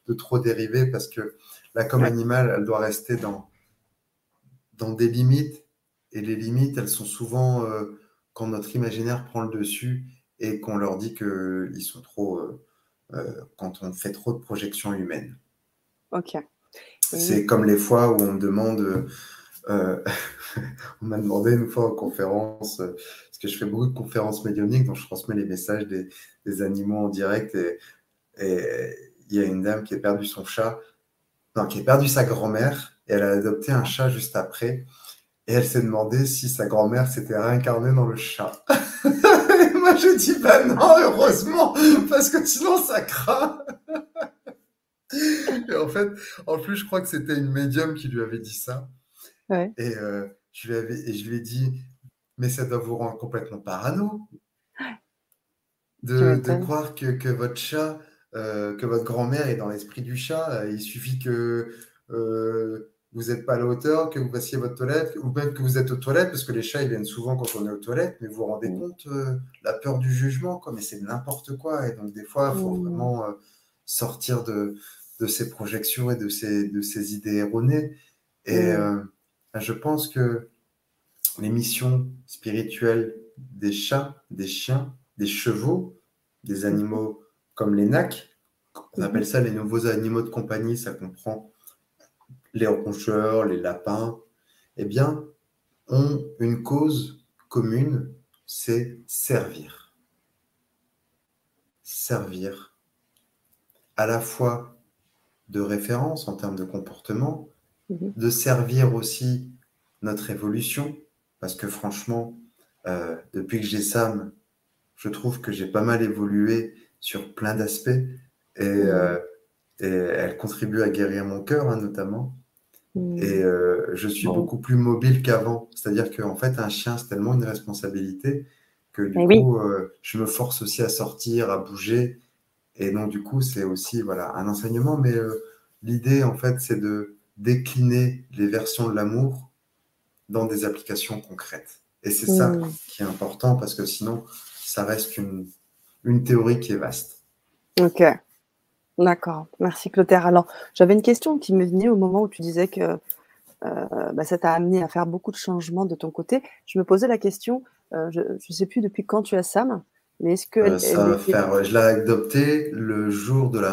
Speaker 2: de trop dériver parce que là, comme animal, elle doit rester dans des limites. Et les limites, elles sont souvent quand notre imaginaire prend le dessus et qu'on leur dit qu'ils sont trop... quand on fait trop de projections humaines.
Speaker 1: Ok.
Speaker 2: C'est comme les fois où on me demande... on m'a demandé une fois en conférence, parce que je fais beaucoup de conférences médiumniques, donc je transmets les messages des animaux en direct, et il y a une dame qui a perdu son chat, non, qui a perdu sa grand-mère, et elle a adopté un chat juste après, et elle s'est demandé si sa grand-mère s'était réincarnée dans le chat. Et moi je dis bah non, heureusement, parce que sinon ça craint. Et en fait, en plus je crois que c'était une médium qui lui avait dit ça.
Speaker 1: Ouais.
Speaker 2: Et je lui ai dit, mais ça doit vous rendre complètement parano
Speaker 1: Tu
Speaker 2: de
Speaker 1: m'étonnes.
Speaker 2: croire que votre chat, que votre grand-mère est dans l'esprit du chat. Il suffit que vous n'êtes pas à la hauteur, que vous passiez votre toilette, ou même que vous êtes aux toilettes, parce que les chats, ils viennent souvent quand on est aux toilettes, mais vous vous rendez compte, la peur du jugement, quoi, mais c'est n'importe quoi. Et donc, des fois, il faut vraiment sortir de ces projections et de ces idées erronées. Et je pense que les missions spirituelles des chats, des chiens, des chevaux, des animaux comme les nacs, on appelle ça les nouveaux animaux de compagnie, ça comprend les roncheurs, les lapins, eh bien, ont une cause commune, c'est servir. Servir à la fois de référence en termes de comportement, de servir aussi notre évolution, parce que franchement, depuis que j'ai Sam, je trouve que j'ai pas mal évolué sur plein d'aspects et elle contribue à guérir mon cœur, hein, notamment. Et je suis beaucoup plus mobile qu'avant. C'est-à-dire qu'en fait, un chien, c'est tellement une responsabilité que du coup, je me force aussi à sortir, à bouger. Et donc, du coup, c'est aussi voilà, un enseignement. Mais l'idée, en fait, c'est de décliner les versions de l'amour dans des applications concrètes. Et c'est ça qui est important parce que sinon, ça reste une théorie qui est vaste.
Speaker 1: Ok, d'accord. Merci Clotaire. Alors, j'avais une question qui me venait au moment où tu disais que ça t'a amené à faire beaucoup de changements de ton côté. Je me posais la question, je ne sais plus depuis quand tu as Sam, mais est-ce qu'elle
Speaker 2: Ça va
Speaker 1: était...
Speaker 2: faire, je l'ai adopté le jour de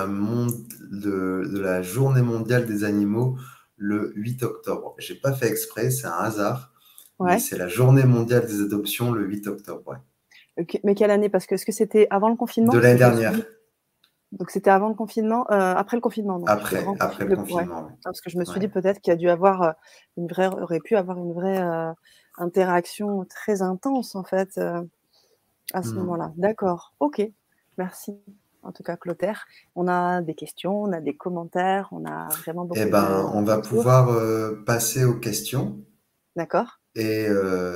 Speaker 2: la journée mondiale des animaux, le 8 octobre. J'ai pas fait exprès, c'est un hasard, mais
Speaker 1: Ouais.
Speaker 2: c'est la journée mondiale des adoptions le 8 octobre. Ouais.
Speaker 1: Okay. Mais quelle année? Parce que est-ce que c'était avant le confinement?
Speaker 2: De
Speaker 1: Parce que
Speaker 2: l'année
Speaker 1: je me
Speaker 2: dernière.
Speaker 1: suis dit... Donc c'était avant le confinement, après le confinement, donc
Speaker 2: Après le
Speaker 1: ouais.
Speaker 2: confinement.
Speaker 1: Parce que je me suis dit
Speaker 2: Ouais.
Speaker 1: peut-être qu'il y a dû avoir aurait pu avoir une vraie interaction très intense en fait à ce moment-là. D'accord, ok, merci. En tout cas, Clotaire, on a des questions, on a des commentaires, on a vraiment
Speaker 2: Eh
Speaker 1: beaucoup
Speaker 2: ben,
Speaker 1: de
Speaker 2: on va
Speaker 1: retours.
Speaker 2: pouvoir passer aux questions.
Speaker 1: D'accord.
Speaker 2: Et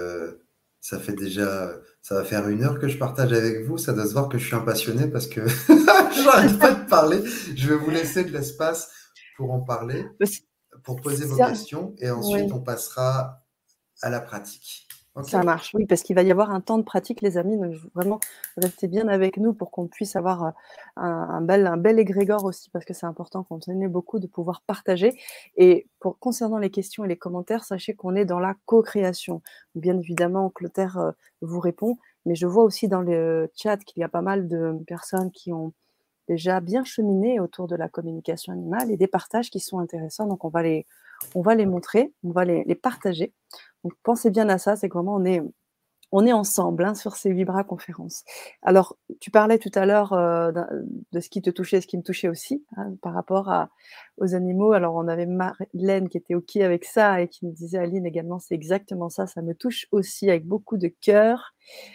Speaker 2: ça fait déjà, ça va faire 1 heure que je partage avec vous. Ça doit se voir que je suis un passionné parce que j'arrête pas de parler. Je vais vous laisser de l'espace pour en parler, pour poser vos questions, et ensuite
Speaker 1: Oui.
Speaker 2: on passera à la pratique. Ok?
Speaker 1: Ça marche, oui, parce qu'il va y avoir un temps de pratique, les amis, donc vraiment restez bien avec nous pour qu'on puisse avoir un bel égrégore aussi, parce que c'est important quand on est beaucoup de pouvoir partager. Et concernant les questions et les commentaires, sachez qu'on est dans la co-création. Bien évidemment, Clotaire vous répond, mais je vois aussi dans le chat qu'il y a pas mal de personnes qui ont déjà bien cheminé autour de la communication animale et des partages qui sont intéressants, donc on va les montrer, on va les partager. Donc pensez bien à ça, c'est que vraiment on est ensemble hein, sur ces Vibra conférences. Alors, tu parlais tout à l'heure de ce qui te touchait, ce qui me touchait aussi, hein, par rapport aux animaux. Alors, on avait Marlène qui était OK avec ça et qui me disait, Aline également, c'est exactement ça, ça me touche aussi avec beaucoup de cœur.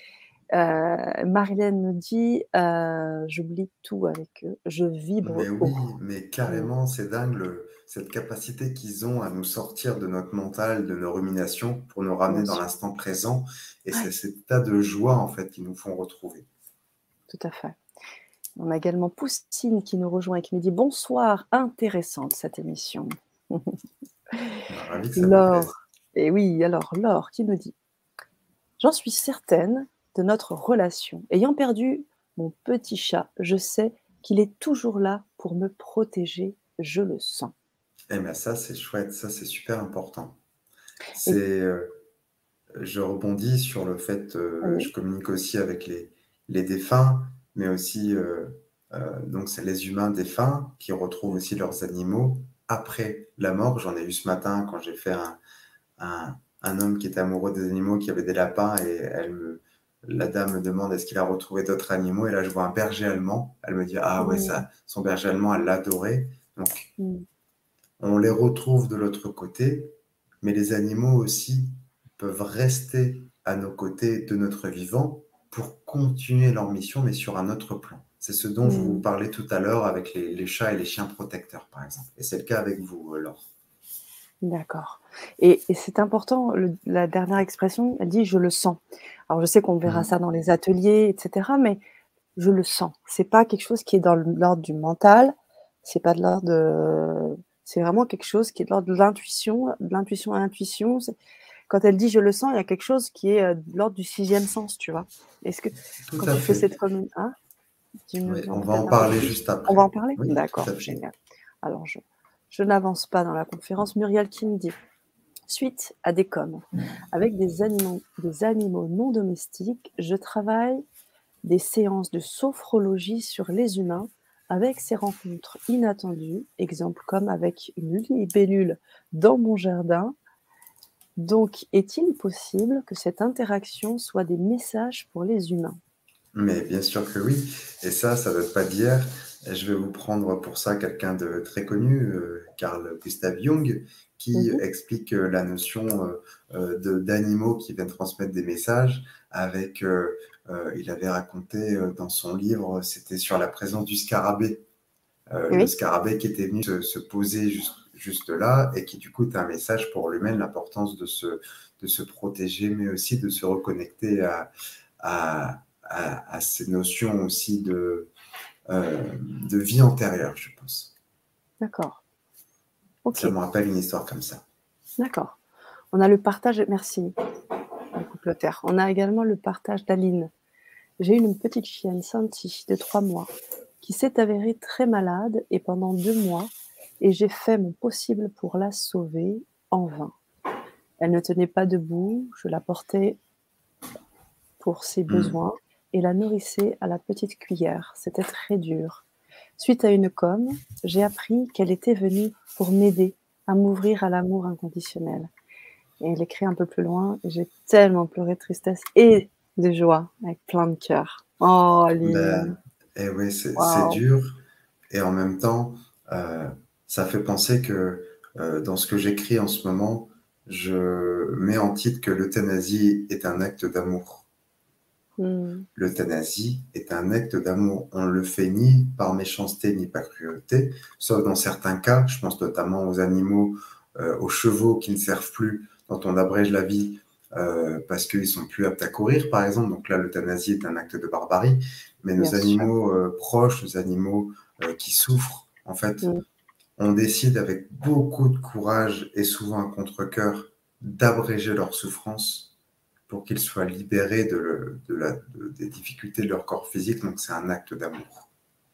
Speaker 1: Marilène me dit, j'oublie tout avec eux, je vibre
Speaker 2: Mais
Speaker 1: haut.
Speaker 2: oui, mais carrément, c'est dingue cette capacité qu'ils ont à nous sortir de notre mental, de nos ruminations, pour nous ramener
Speaker 1: Bien
Speaker 2: dans
Speaker 1: sûr.
Speaker 2: l'instant présent. Et c'est
Speaker 1: Ouais.
Speaker 2: cet état de joie, en fait, qu'ils nous font retrouver.
Speaker 1: Tout à fait. On a également Poussine qui nous rejoint et qui nous dit bonsoir, intéressante cette émission.
Speaker 2: Ravi que ça vous plaise.
Speaker 1: Laure, et oui, alors Laure qui nous dit j'en suis certaine de notre relation. Ayant perdu mon petit chat, je sais qu'il est toujours là pour me protéger, je le sens.
Speaker 2: Eh bien ça, c'est chouette, ça, c'est super important.
Speaker 1: Et
Speaker 2: C'est, je rebondis sur le fait, je
Speaker 1: oui,
Speaker 2: communique aussi avec les défunts, mais aussi, donc c'est les humains défunts qui retrouvent aussi leurs animaux après la mort. J'en ai eu ce matin quand j'ai fait un homme qui était amoureux des animaux, qui avait des lapins, et la dame me demande est-ce qu'il a retrouvé d'autres animaux, et là je vois un berger allemand. Elle me dit ah ouais,
Speaker 1: mmh,
Speaker 2: ça, son berger allemand, elle l'adorait. Donc
Speaker 1: mmh,
Speaker 2: on les retrouve de l'autre côté, mais les animaux aussi peuvent rester à nos côtés de notre vivant pour continuer leur mission, mais sur un autre plan. C'est ce dont je vous
Speaker 1: mmh,
Speaker 2: parlais tout à l'heure avec les chats et les chiens protecteurs, par exemple. Et c'est le cas avec vous, Laure.
Speaker 1: d'accord. Et c'est important, la dernière expression, elle dit: «Je le sens». Alors je sais qu'on verra ça
Speaker 2: Mm.
Speaker 1: dans les ateliers et cetera, mais je le sens. C'est pas quelque chose qui est dans l'ordre du mental, c'est pas de l'ordre de c'est vraiment quelque chose qui est de l'ordre de l'intuition à l'intuition. C'est quand elle dit: «Je le sens», il y a quelque chose qui est, de l'ordre du sixième sens, tu vois? Est-ce que
Speaker 2: Tout
Speaker 1: quand
Speaker 2: à
Speaker 1: tu fais
Speaker 2: fait.
Speaker 1: cette hein?
Speaker 2: Oui,
Speaker 1: Dis-me-en
Speaker 2: on va en
Speaker 1: peut-être un peu
Speaker 2: parler
Speaker 1: plus?
Speaker 2: juste
Speaker 1: On va
Speaker 2: après.
Speaker 1: en parler?
Speaker 2: Oui, tout
Speaker 1: D'accord,
Speaker 2: à fait.
Speaker 1: génial. Alors je n'avance pas dans la conférence. Muriel qui me dit: «Suite à des coms avec des animaux non domestiques, je travaille des séances de sophrologie sur les humains avec ces rencontres inattendues, exemple comme avec une libellule dans mon jardin. Donc, est-il possible que cette interaction soit des messages pour les humains?»
Speaker 2: Mais bien sûr que oui. Et ça date pas d'hier. Et je vais vous prendre pour ça quelqu'un de très connu, Carl Gustav Jung, qui
Speaker 1: Mhm.
Speaker 2: explique la notion d'animaux qui viennent transmettre des messages avec, il avait raconté dans son livre, c'était sur la présence du scarabée. Le
Speaker 1: Oui,
Speaker 2: scarabée qui était venu se poser juste là et qui du coup est un message pour l'humain, l'importance de se protéger, mais aussi de se reconnecter à ces notions aussi de vie antérieure, je pense.
Speaker 1: d'accord.
Speaker 2: Ça
Speaker 1: Ok,
Speaker 2: me rappelle une histoire comme ça.
Speaker 1: d'accord. On a le partage, merci, du couple Terre. On a également le partage d'Aline. J'ai une petite chienne, Santi, de 3 mois, qui s'est avérée très malade et pendant 2 mois, et j'ai fait mon possible pour la sauver, en vain. Elle ne tenait pas debout, je la portais pour ses
Speaker 2: Mm.
Speaker 1: besoins et la nourrissais à la petite cuillère. C'était très dur. Suite à une com, j'ai appris qu'elle était venue pour m'aider à m'ouvrir à l'amour inconditionnel. Et il écrit un peu plus loin, et j'ai tellement pleuré de tristesse et de joie, avec plein de cœur. Oh, Aline,
Speaker 2: Ben, et oui, c'est
Speaker 1: waouh.
Speaker 2: dur. Et en même temps, euh, ça fait penser que dans ce que j'écris en ce moment, je mets en titre que l'euthanasie est un acte d'amour.
Speaker 1: Mmh.
Speaker 2: L'euthanasie est un acte d'amour. On ne le fait ni par méchanceté ni par cruauté, sauf dans certains cas. Je pense notamment aux animaux, aux chevaux qui ne servent plus, dont on abrège la vie parce qu'ils sont plus aptes à courir, par exemple. Donc là, l'euthanasie est un acte de barbarie. Mais
Speaker 1: Bien
Speaker 2: nos
Speaker 1: sûr.
Speaker 2: animaux proches, nos animaux qui souffrent, en fait,
Speaker 1: Mmh.
Speaker 2: on décide avec beaucoup de courage et souvent un contre-cœur d'abréger leur souffrance pour qu'ils soient libérés des difficultés de leur corps physique. Donc c'est un acte d'amour.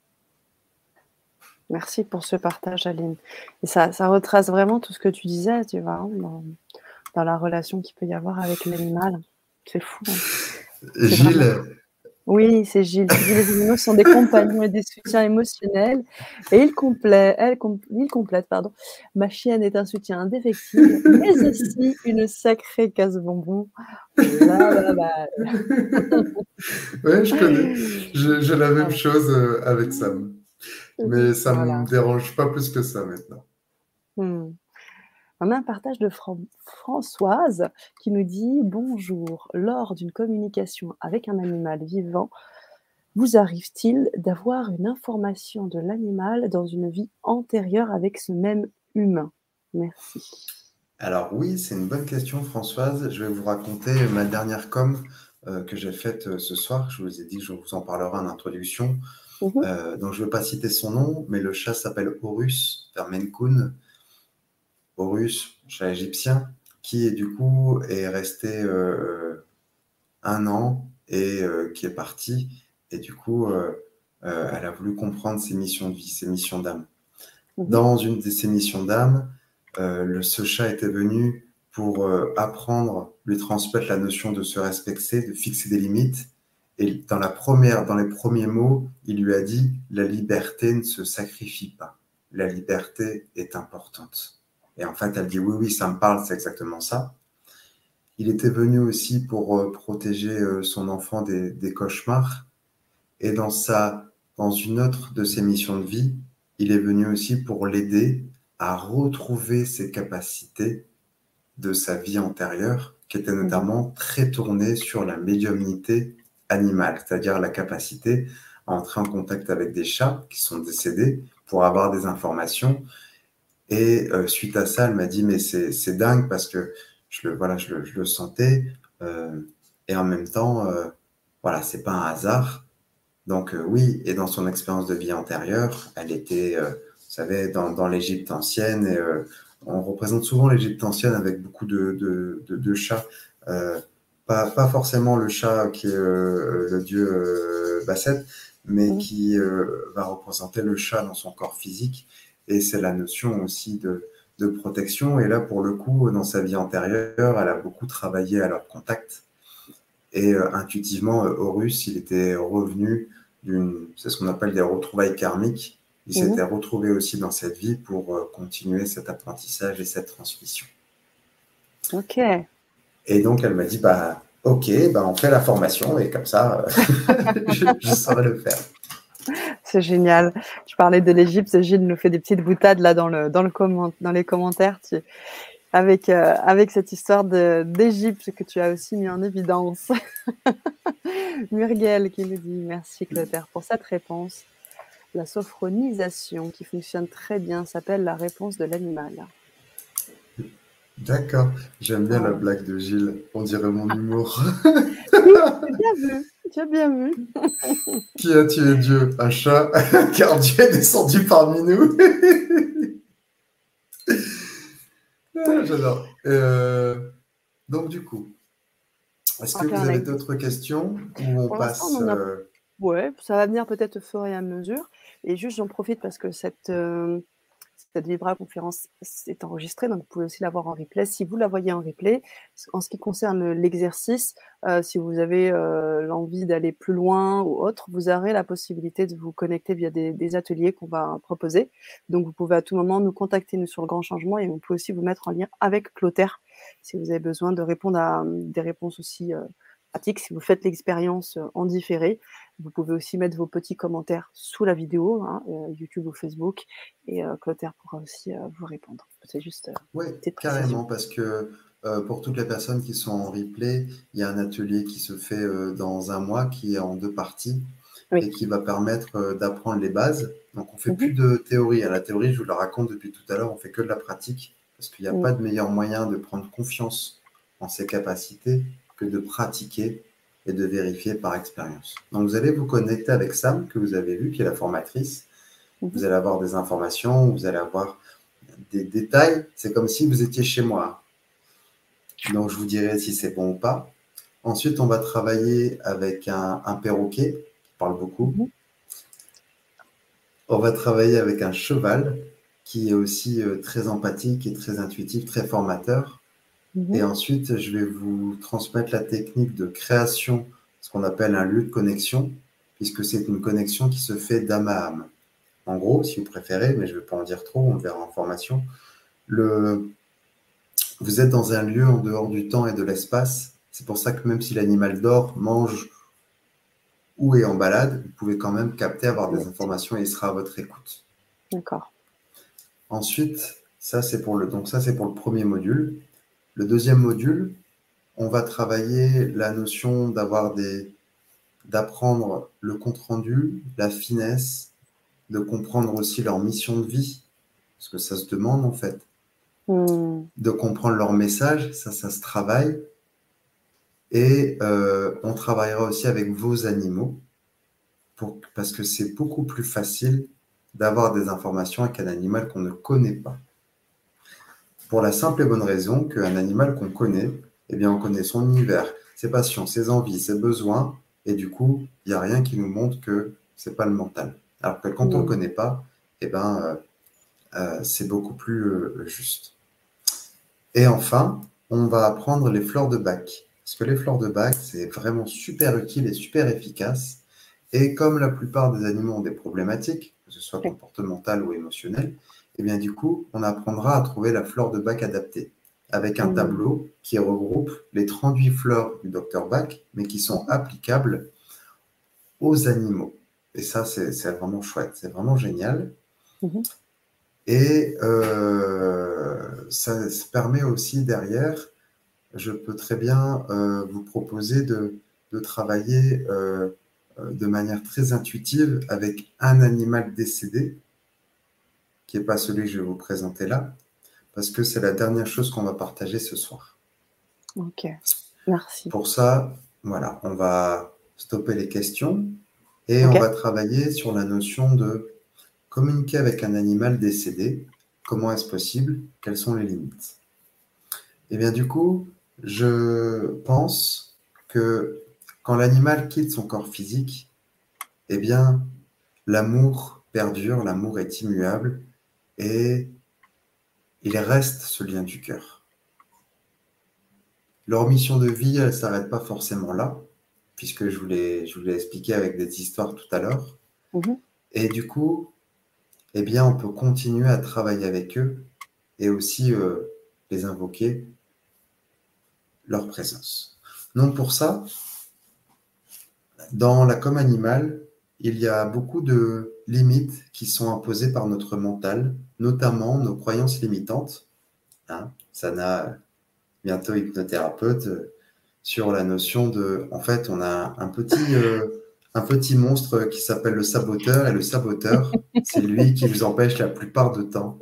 Speaker 1: Merci pour ce partage, Aline. Et ça retrace vraiment tout ce que tu disais, tu vois, hein, dans la relation qu'il peut y avoir avec l'animal. C'est fou, hein. C'est vraiment fou.
Speaker 2: Gilles,
Speaker 1: Oui, c'est Gilles qui dit: «Les animaux sont des compagnons et des soutiens émotionnels», et il complète, pardon: «Ma chienne est un soutien indéfectible, mais aussi une sacrée casse-bonbons. La baballe».
Speaker 2: ouais, je connais. J'ai la même
Speaker 1: Voilà.
Speaker 2: chose avec Sam. Mais ça
Speaker 1: Voilà.
Speaker 2: me dérange pas plus que ça maintenant.
Speaker 1: Mmh. On a un partage de Françoise qui nous dit: «Bonjour, lors d'une communication avec un animal vivant, vous arrive-t-il d'avoir une information de l'animal dans une vie antérieure avec ce même humain? Merci».
Speaker 2: Alors oui, c'est une bonne question, Françoise. Je vais vous raconter ma dernière com que j'ai faite ce soir. Je vous ai dit que je vous en parlerai en introduction.
Speaker 1: Mmh.
Speaker 2: Donc je ne veux pas citer son nom, mais le chat s'appelle Horus Vermenkun. Horus, chat égyptien, qui du coup est resté 1 an et qui est parti. Et du coup, elle a voulu comprendre ses missions de vie, ses missions d'âme.
Speaker 1: Mhm.
Speaker 2: Dans une de ses missions d'âme, ce chat était venu pour apprendre, lui transmettre la notion de se respecter, de fixer des limites. Et dans les premiers mots, il lui a dit « La liberté ne se sacrifie pas. La liberté est importante. » Et en fait, elle dit « Oui, oui, ça me parle, c'est exactement ça. » Il était venu aussi pour protéger son enfant des cauchemars. Et dans une autre de ses missions de vie, il est venu aussi pour l'aider à retrouver ses capacités de sa vie antérieure, qui étaient notamment très tournées sur la médiumnité animale, c'est-à-dire la capacité à entrer en contact avec des chats qui sont décédés pour avoir des informations. Et suite à ça, elle m'a dit, mais c'est dingue parce que je le sentais. Et en même temps, voilà, c'est pas un hasard. Donc oui, et dans son expérience de vie antérieure, elle était, vous savez, dans l'Égypte ancienne. Et, on représente souvent l'Égypte ancienne avec beaucoup de chats. Pas forcément le chat qui est le dieu Basset, mais qui va représenter le chat dans son corps physique. Et c'est la notion aussi de protection. Et là, pour le coup, dans sa vie antérieure, elle a beaucoup travaillé à leur contact. Et intuitivement, Horus, il était revenu c'est ce qu'on appelle des retrouvailles karmiques. Il s'était retrouvé aussi dans cette vie pour continuer cet apprentissage et cette transmission.
Speaker 1: Ok.
Speaker 2: Et donc, elle m'a dit, bah, ok, bah, on fait la formation et comme ça, je saurai le faire.
Speaker 1: C'est génial. Je parlais de l'Égypte, Gilles nous fait des petites boutades là dans les commentaires. Avec cette histoire d'Égypte que tu as aussi mis en évidence. Muriel qui nous dit « Merci Clotaire pour cette réponse. La sophronisation qui fonctionne très bien s'appelle la réponse de l'animal. »
Speaker 2: D'accord. J'aime bien la blague de Gilles. On dirait mon humour.
Speaker 1: Oui, c'est bien vu. Tu as bien vu.
Speaker 2: Qui a tué Dieu? Un chat, car Dieu est descendu parmi nous. J'adore. Donc, du coup, est-ce que vous avez d'autres questions ou on passe
Speaker 1: Ouais, ça va venir peut-être au fur et à mesure. Et juste, j'en profite parce que cette Vibra conférence est enregistrée, donc vous pouvez aussi la voir en replay. Si vous la voyez en replay, en ce qui concerne l'exercice, si vous avez l'envie d'aller plus loin ou autre, vous aurez la possibilité de vous connecter via des ateliers qu'on va proposer. Donc, vous pouvez à tout moment nous contacter, nous, sur le Grand Changement, et on peut aussi vous mettre en lien avec Clotaire si vous avez besoin de répondre à des réponses aussi pratiques. Si vous faites l'expérience en différé, vous pouvez aussi mettre vos petits commentaires sous la vidéo, YouTube ou Facebook, et Clotaire pourra aussi vous répondre. C'est juste
Speaker 2: oui, carrément, parce que pour toutes les personnes qui sont en replay, il y a un atelier qui se fait dans un mois, qui est en 2 parties, et qui va permettre d'apprendre les bases. Donc, on ne fait plus de théorie. La théorie, je vous la raconte depuis tout à l'heure, on fait que de la pratique, parce qu'il n'y a pas de meilleur moyen de prendre confiance en ses capacités que de pratiquer et de vérifier par expérience. Donc, vous allez vous connecter avec Sam, que vous avez vu, qui est la formatrice. Vous allez avoir des informations, vous allez avoir des détails. C'est comme si vous étiez chez moi. Donc, je vous dirai si c'est bon ou pas. Ensuite, on va travailler avec un perroquet qui parle beaucoup. On va travailler avec un cheval qui est aussi très empathique et très intuitif, très formateur. Et ensuite, je vais vous transmettre la technique de création, ce qu'on appelle un lieu de connexion, puisque c'est une connexion qui se fait d'âme à âme. En gros, si vous préférez, mais je ne vais pas en dire trop, on le verra en formation, vous êtes dans un lieu en dehors du temps et de l'espace. C'est pour ça que même si l'animal dort, mange ou est en balade, vous pouvez quand même capter, avoir des informations et il sera à votre écoute.
Speaker 1: D'accord.
Speaker 2: Ensuite, ça c'est pour le premier module. Le deuxième module, on va travailler la notion d'apprendre le compte-rendu, la finesse, de comprendre aussi leur mission de vie, parce que ça se demande en fait. De comprendre leur message, ça se travaille. Et on travaillera aussi avec vos animaux, parce que c'est beaucoup plus facile d'avoir des informations avec un animal qu'on ne connaît pas. Pour la simple et bonne raison qu'un animal qu'on connaît, eh bien, on connaît son univers, ses passions, ses envies, ses besoins, et du coup, il n'y a rien qui nous montre que c'est pas le mental. Alors que quand on ne connaît pas, eh ben, c'est beaucoup plus juste. Et enfin, on va apprendre les fleurs de Bach. Parce que les fleurs de Bach, c'est vraiment super utile et super efficace. Et comme la plupart des animaux ont des problématiques, que ce soit comportementales ou émotionnelles, et bien du coup, on apprendra à trouver la fleur de Bach adaptée, avec un tableau qui regroupe les 38 fleurs du docteur Bach, mais qui sont applicables aux animaux. Et ça, c'est vraiment chouette, c'est vraiment génial. Et ça permet aussi derrière, je peux très bien vous proposer de travailler de manière très intuitive avec un animal décédé, qui n'est pas celui que je vais vous présenter là, parce que c'est la dernière chose qu'on va partager ce soir.
Speaker 1: Ok, merci.
Speaker 2: Pour ça, voilà, on va stopper les questions et on va travailler sur la notion de communiquer avec un animal décédé. Comment est-ce possible? Quelles sont les limites? Et bien du coup, je pense que quand l'animal quitte son corps physique, eh bien, l'amour perdure, l'amour est immuable et il reste ce lien du cœur. Leur mission de vie, elle ne s'arrête pas forcément là, puisque je vous l'ai expliqué avec des histoires tout à l'heure. Et du coup, eh bien, on peut continuer à travailler avec eux et aussi les invoquer, leur présence. Donc pour ça, dans la com animale, il y a beaucoup de limites qui sont imposées par notre mental, notamment nos croyances limitantes. Hein, Sana, bientôt hypnothérapeute, sur la notion de... En fait, on a un petit monstre qui s'appelle le saboteur, et le saboteur, c'est lui qui vous empêche la plupart du temps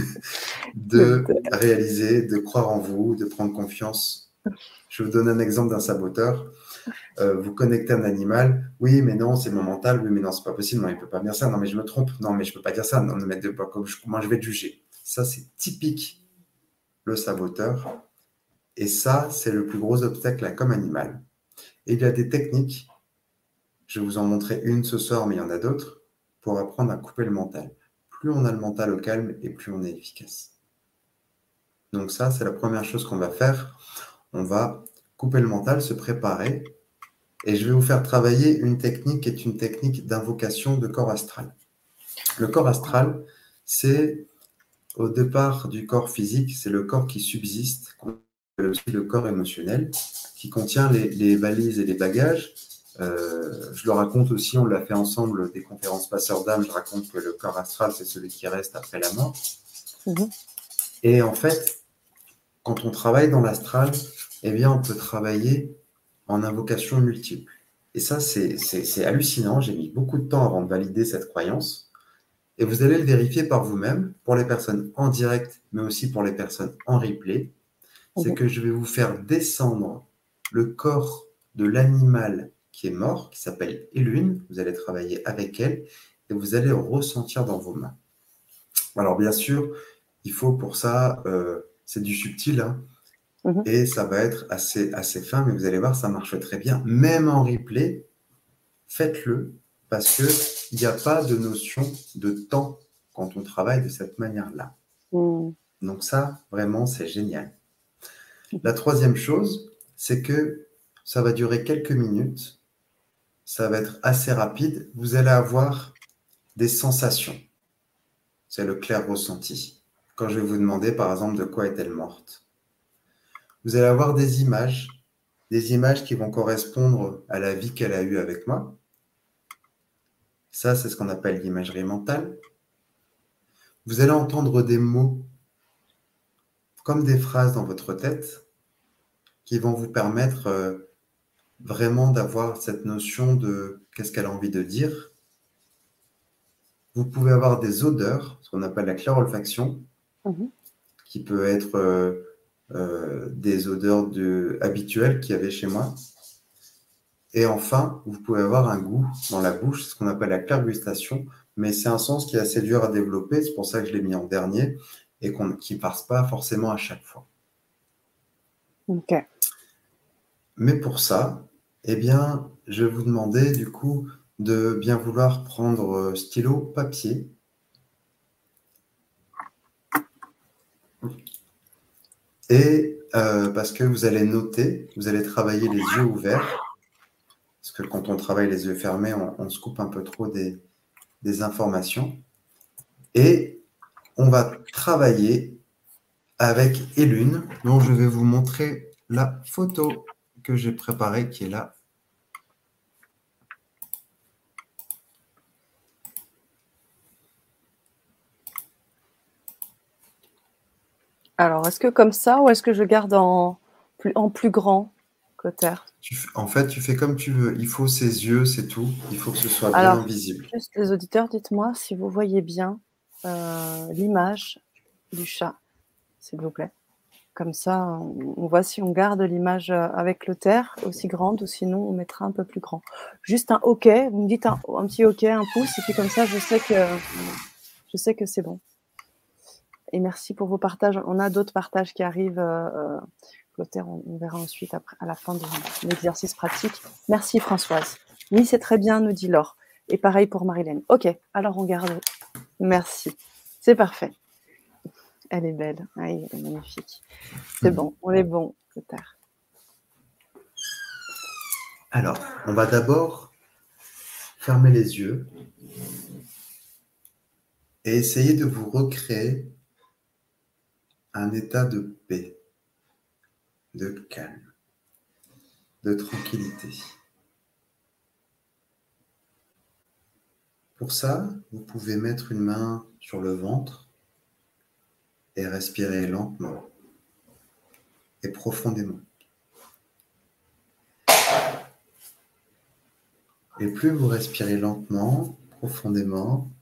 Speaker 2: de réaliser, de croire en vous, de prendre confiance. Je vais vous donner un exemple d'un saboteur. Vous connectez un animal, oui, mais non, c'est mon mental, oui, mais non, c'est pas possible, non, il peut pas dire ça, non, mais je me trompe, non, mais je peux pas dire ça, non, mais comment je vais te juger? Ça, c'est typique le saboteur, et ça, c'est le plus gros obstacle comme animal. Et il y a des techniques, je vais vous en montrer une ce soir, mais il y en a d'autres, pour apprendre à couper le mental. Plus on a le mental au calme, et plus on est efficace. Donc ça, c'est la première chose qu'on va faire. On va couper le mental, se préparer. Et je vais vous faire travailler une technique qui est une technique d'invocation de corps astral. Le corps astral, c'est au départ du corps physique, c'est le corps qui subsiste, qu'on appelle aussi le corps émotionnel, qui contient les valises et les bagages. Je le raconte aussi, on l'a fait ensemble, des conférences passeurs d'âme, je raconte que le corps astral, c'est celui qui reste après la mort. Et en fait, quand on travaille dans l'astral, eh bien, on peut travailler en invocation multiple. Et ça, c'est hallucinant. J'ai mis beaucoup de temps avant de valider cette croyance. Et vous allez le vérifier par vous-même, pour les personnes en direct, mais aussi pour les personnes en replay. C'est que je vais vous faire descendre le corps de l'animal qui est mort, qui s'appelle Elune. Vous allez travailler avec elle et vous allez ressentir dans vos mains. Alors, bien sûr, il faut pour ça, c'est du subtil, hein, et ça va être assez fin, mais vous allez voir, ça marche très bien. Même en replay, faites-le, parce qu'il n'y a pas de notion de temps quand on travaille de cette manière-là. Donc ça, vraiment, c'est génial. La troisième chose, c'est que ça va durer quelques minutes, ça va être assez rapide, vous allez avoir des sensations. C'est le clair ressenti. Quand je vais vous demander, par exemple, de quoi est-elle morte? Vous allez avoir des images qui vont correspondre à la vie qu'elle a eue avec moi. Ça, c'est ce qu'on appelle l'imagerie mentale. Vous allez entendre des mots comme des phrases dans votre tête qui vont vous permettre vraiment d'avoir cette notion de qu'est-ce qu'elle a envie de dire. Vous pouvez avoir des odeurs, ce qu'on appelle la clairolfaction, qui peut être des odeurs habituelles qu'il y avait chez moi. Et enfin, vous pouvez avoir un goût dans la bouche, ce qu'on appelle la clairgustation, mais c'est un sens qui est assez dur à développer, c'est pour ça que je l'ai mis en dernier, et qui ne passe pas forcément à chaque fois. Mais pour ça, eh bien, je vais vous demander du coup de bien vouloir prendre stylo, papier. Et parce que vous allez noter, vous allez travailler les yeux ouverts. Parce que quand on travaille les yeux fermés, on se coupe un peu trop des informations. Et on va travailler avec Elune, dont je vais vous montrer la photo que j'ai préparée, qui est là.
Speaker 1: Alors, est-ce que comme ça, ou est-ce que je garde en plus grand, Clotaire?
Speaker 2: En fait, tu fais comme tu veux. Il faut ses yeux, c'est tout. Il faut que ce soit bien
Speaker 1: Alors,
Speaker 2: visible.
Speaker 1: juste les auditeurs, dites-moi si vous voyez bien l'image du chat, s'il vous plaît. Comme ça, on voit si on garde l'image avec Clotaire aussi grande, ou sinon on mettra un peu plus grand. Juste un OK, vous me dites un petit OK, un pouce, et puis comme ça, je sais que c'est bon. Et merci pour vos partages. On a d'autres partages qui arrivent. Clotaire, on verra ensuite après, à la fin de l'exercice pratique. Merci Françoise. Oui, c'est très bien, nous dit Laure. Et pareil pour Marilène. Ok, alors on garde. Merci. C'est parfait. Elle est belle. Oui, elle est magnifique. C'est bon, on est bon, Clotaire.
Speaker 2: Alors, on va d'abord fermer les yeux et essayer de vous recréer un état de paix, de calme, de tranquillité. Pour ça, vous pouvez mettre une main sur le ventre et respirer lentement et profondément. Et plus vous respirez lentement, profondément,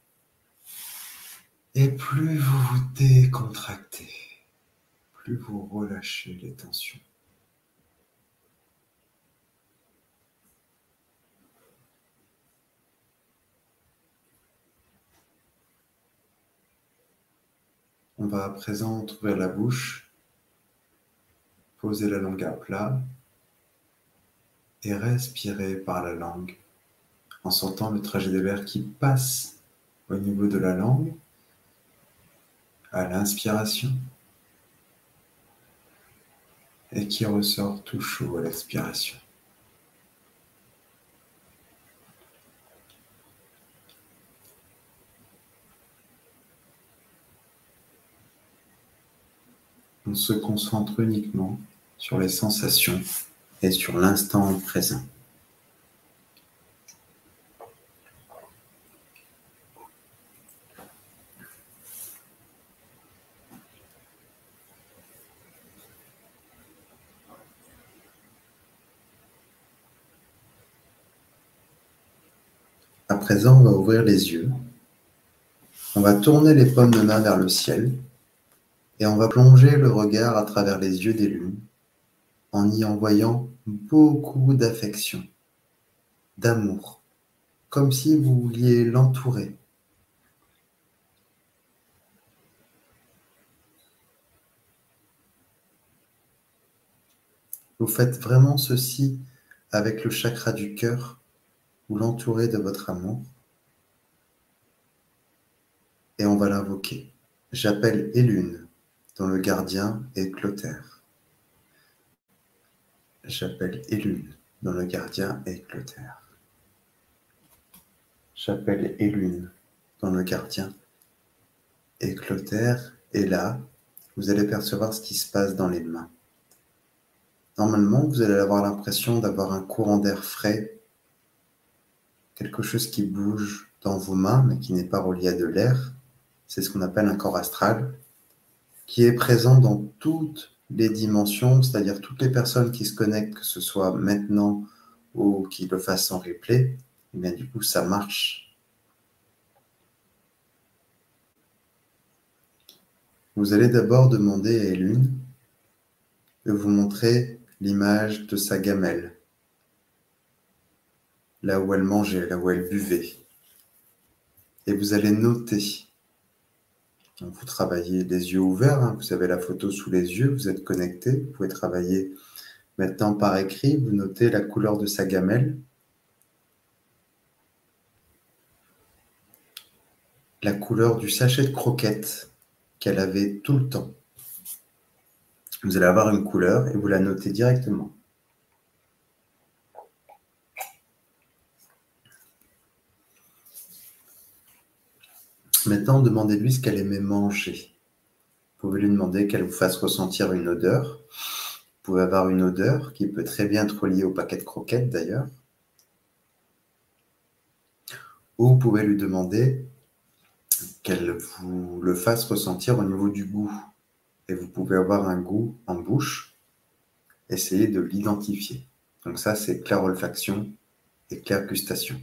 Speaker 2: et plus vous vous décontractez, plus vous relâchez les tensions. On va à présent ouvrir la bouche, poser la langue à plat et respirer par la langue en sentant le trajet de l'air qui passe au niveau de la langue à l'inspiration et qui ressort tout chaud à l'expiration. On se concentre uniquement sur les sensations et sur l'instant présent. À présent, on va ouvrir les yeux. On va tourner les paumes de main vers le ciel et on va plonger le regard à travers les yeux des lunes en y envoyant beaucoup d'affection, d'amour, comme si vous vouliez l'entourer. Vous faites vraiment ceci avec le chakra du cœur, vous l'entourez de votre amour et on va l'invoquer. J'appelle Elune, dont le gardien est Clotaire. J'appelle Elune, dont le gardien est Clotaire. J'appelle Elune, dont le gardien est Clotaire. Et là, vous allez percevoir ce qui se passe dans les mains. Normalement, vous allez avoir l'impression d'avoir un courant d'air frais, quelque chose qui bouge dans vos mains, mais qui n'est pas relié à de l'air. C'est ce qu'on appelle un corps astral, qui est présent dans toutes les dimensions, c'est-à-dire toutes les personnes qui se connectent, que ce soit maintenant ou qui le fassent en replay, et bien du coup, ça marche. Vous allez d'abord demander à Elune de vous montrer l'image de sa gamelle, là où elle mangeait, là où elle buvait. Et vous allez noter. Donc vous travaillez les yeux ouverts, hein, vous avez la photo sous les yeux, vous êtes connecté, vous pouvez travailler maintenant par écrit, vous notez la couleur de sa gamelle. la couleur du sachet de croquettes qu'elle avait tout le temps. Vous allez avoir une couleur et vous la notez directement. Maintenant, demandez-lui ce qu'elle aimait manger. Vous pouvez lui demander qu'elle vous fasse ressentir une odeur. Vous pouvez avoir une odeur qui peut très bien être liée au paquet de croquettes d'ailleurs. Ou vous pouvez lui demander qu'elle vous le fasse ressentir au niveau du goût. Et vous pouvez avoir un goût en bouche. Essayez de l'identifier. Donc ça, c'est clair-olfaction et clair-gustation.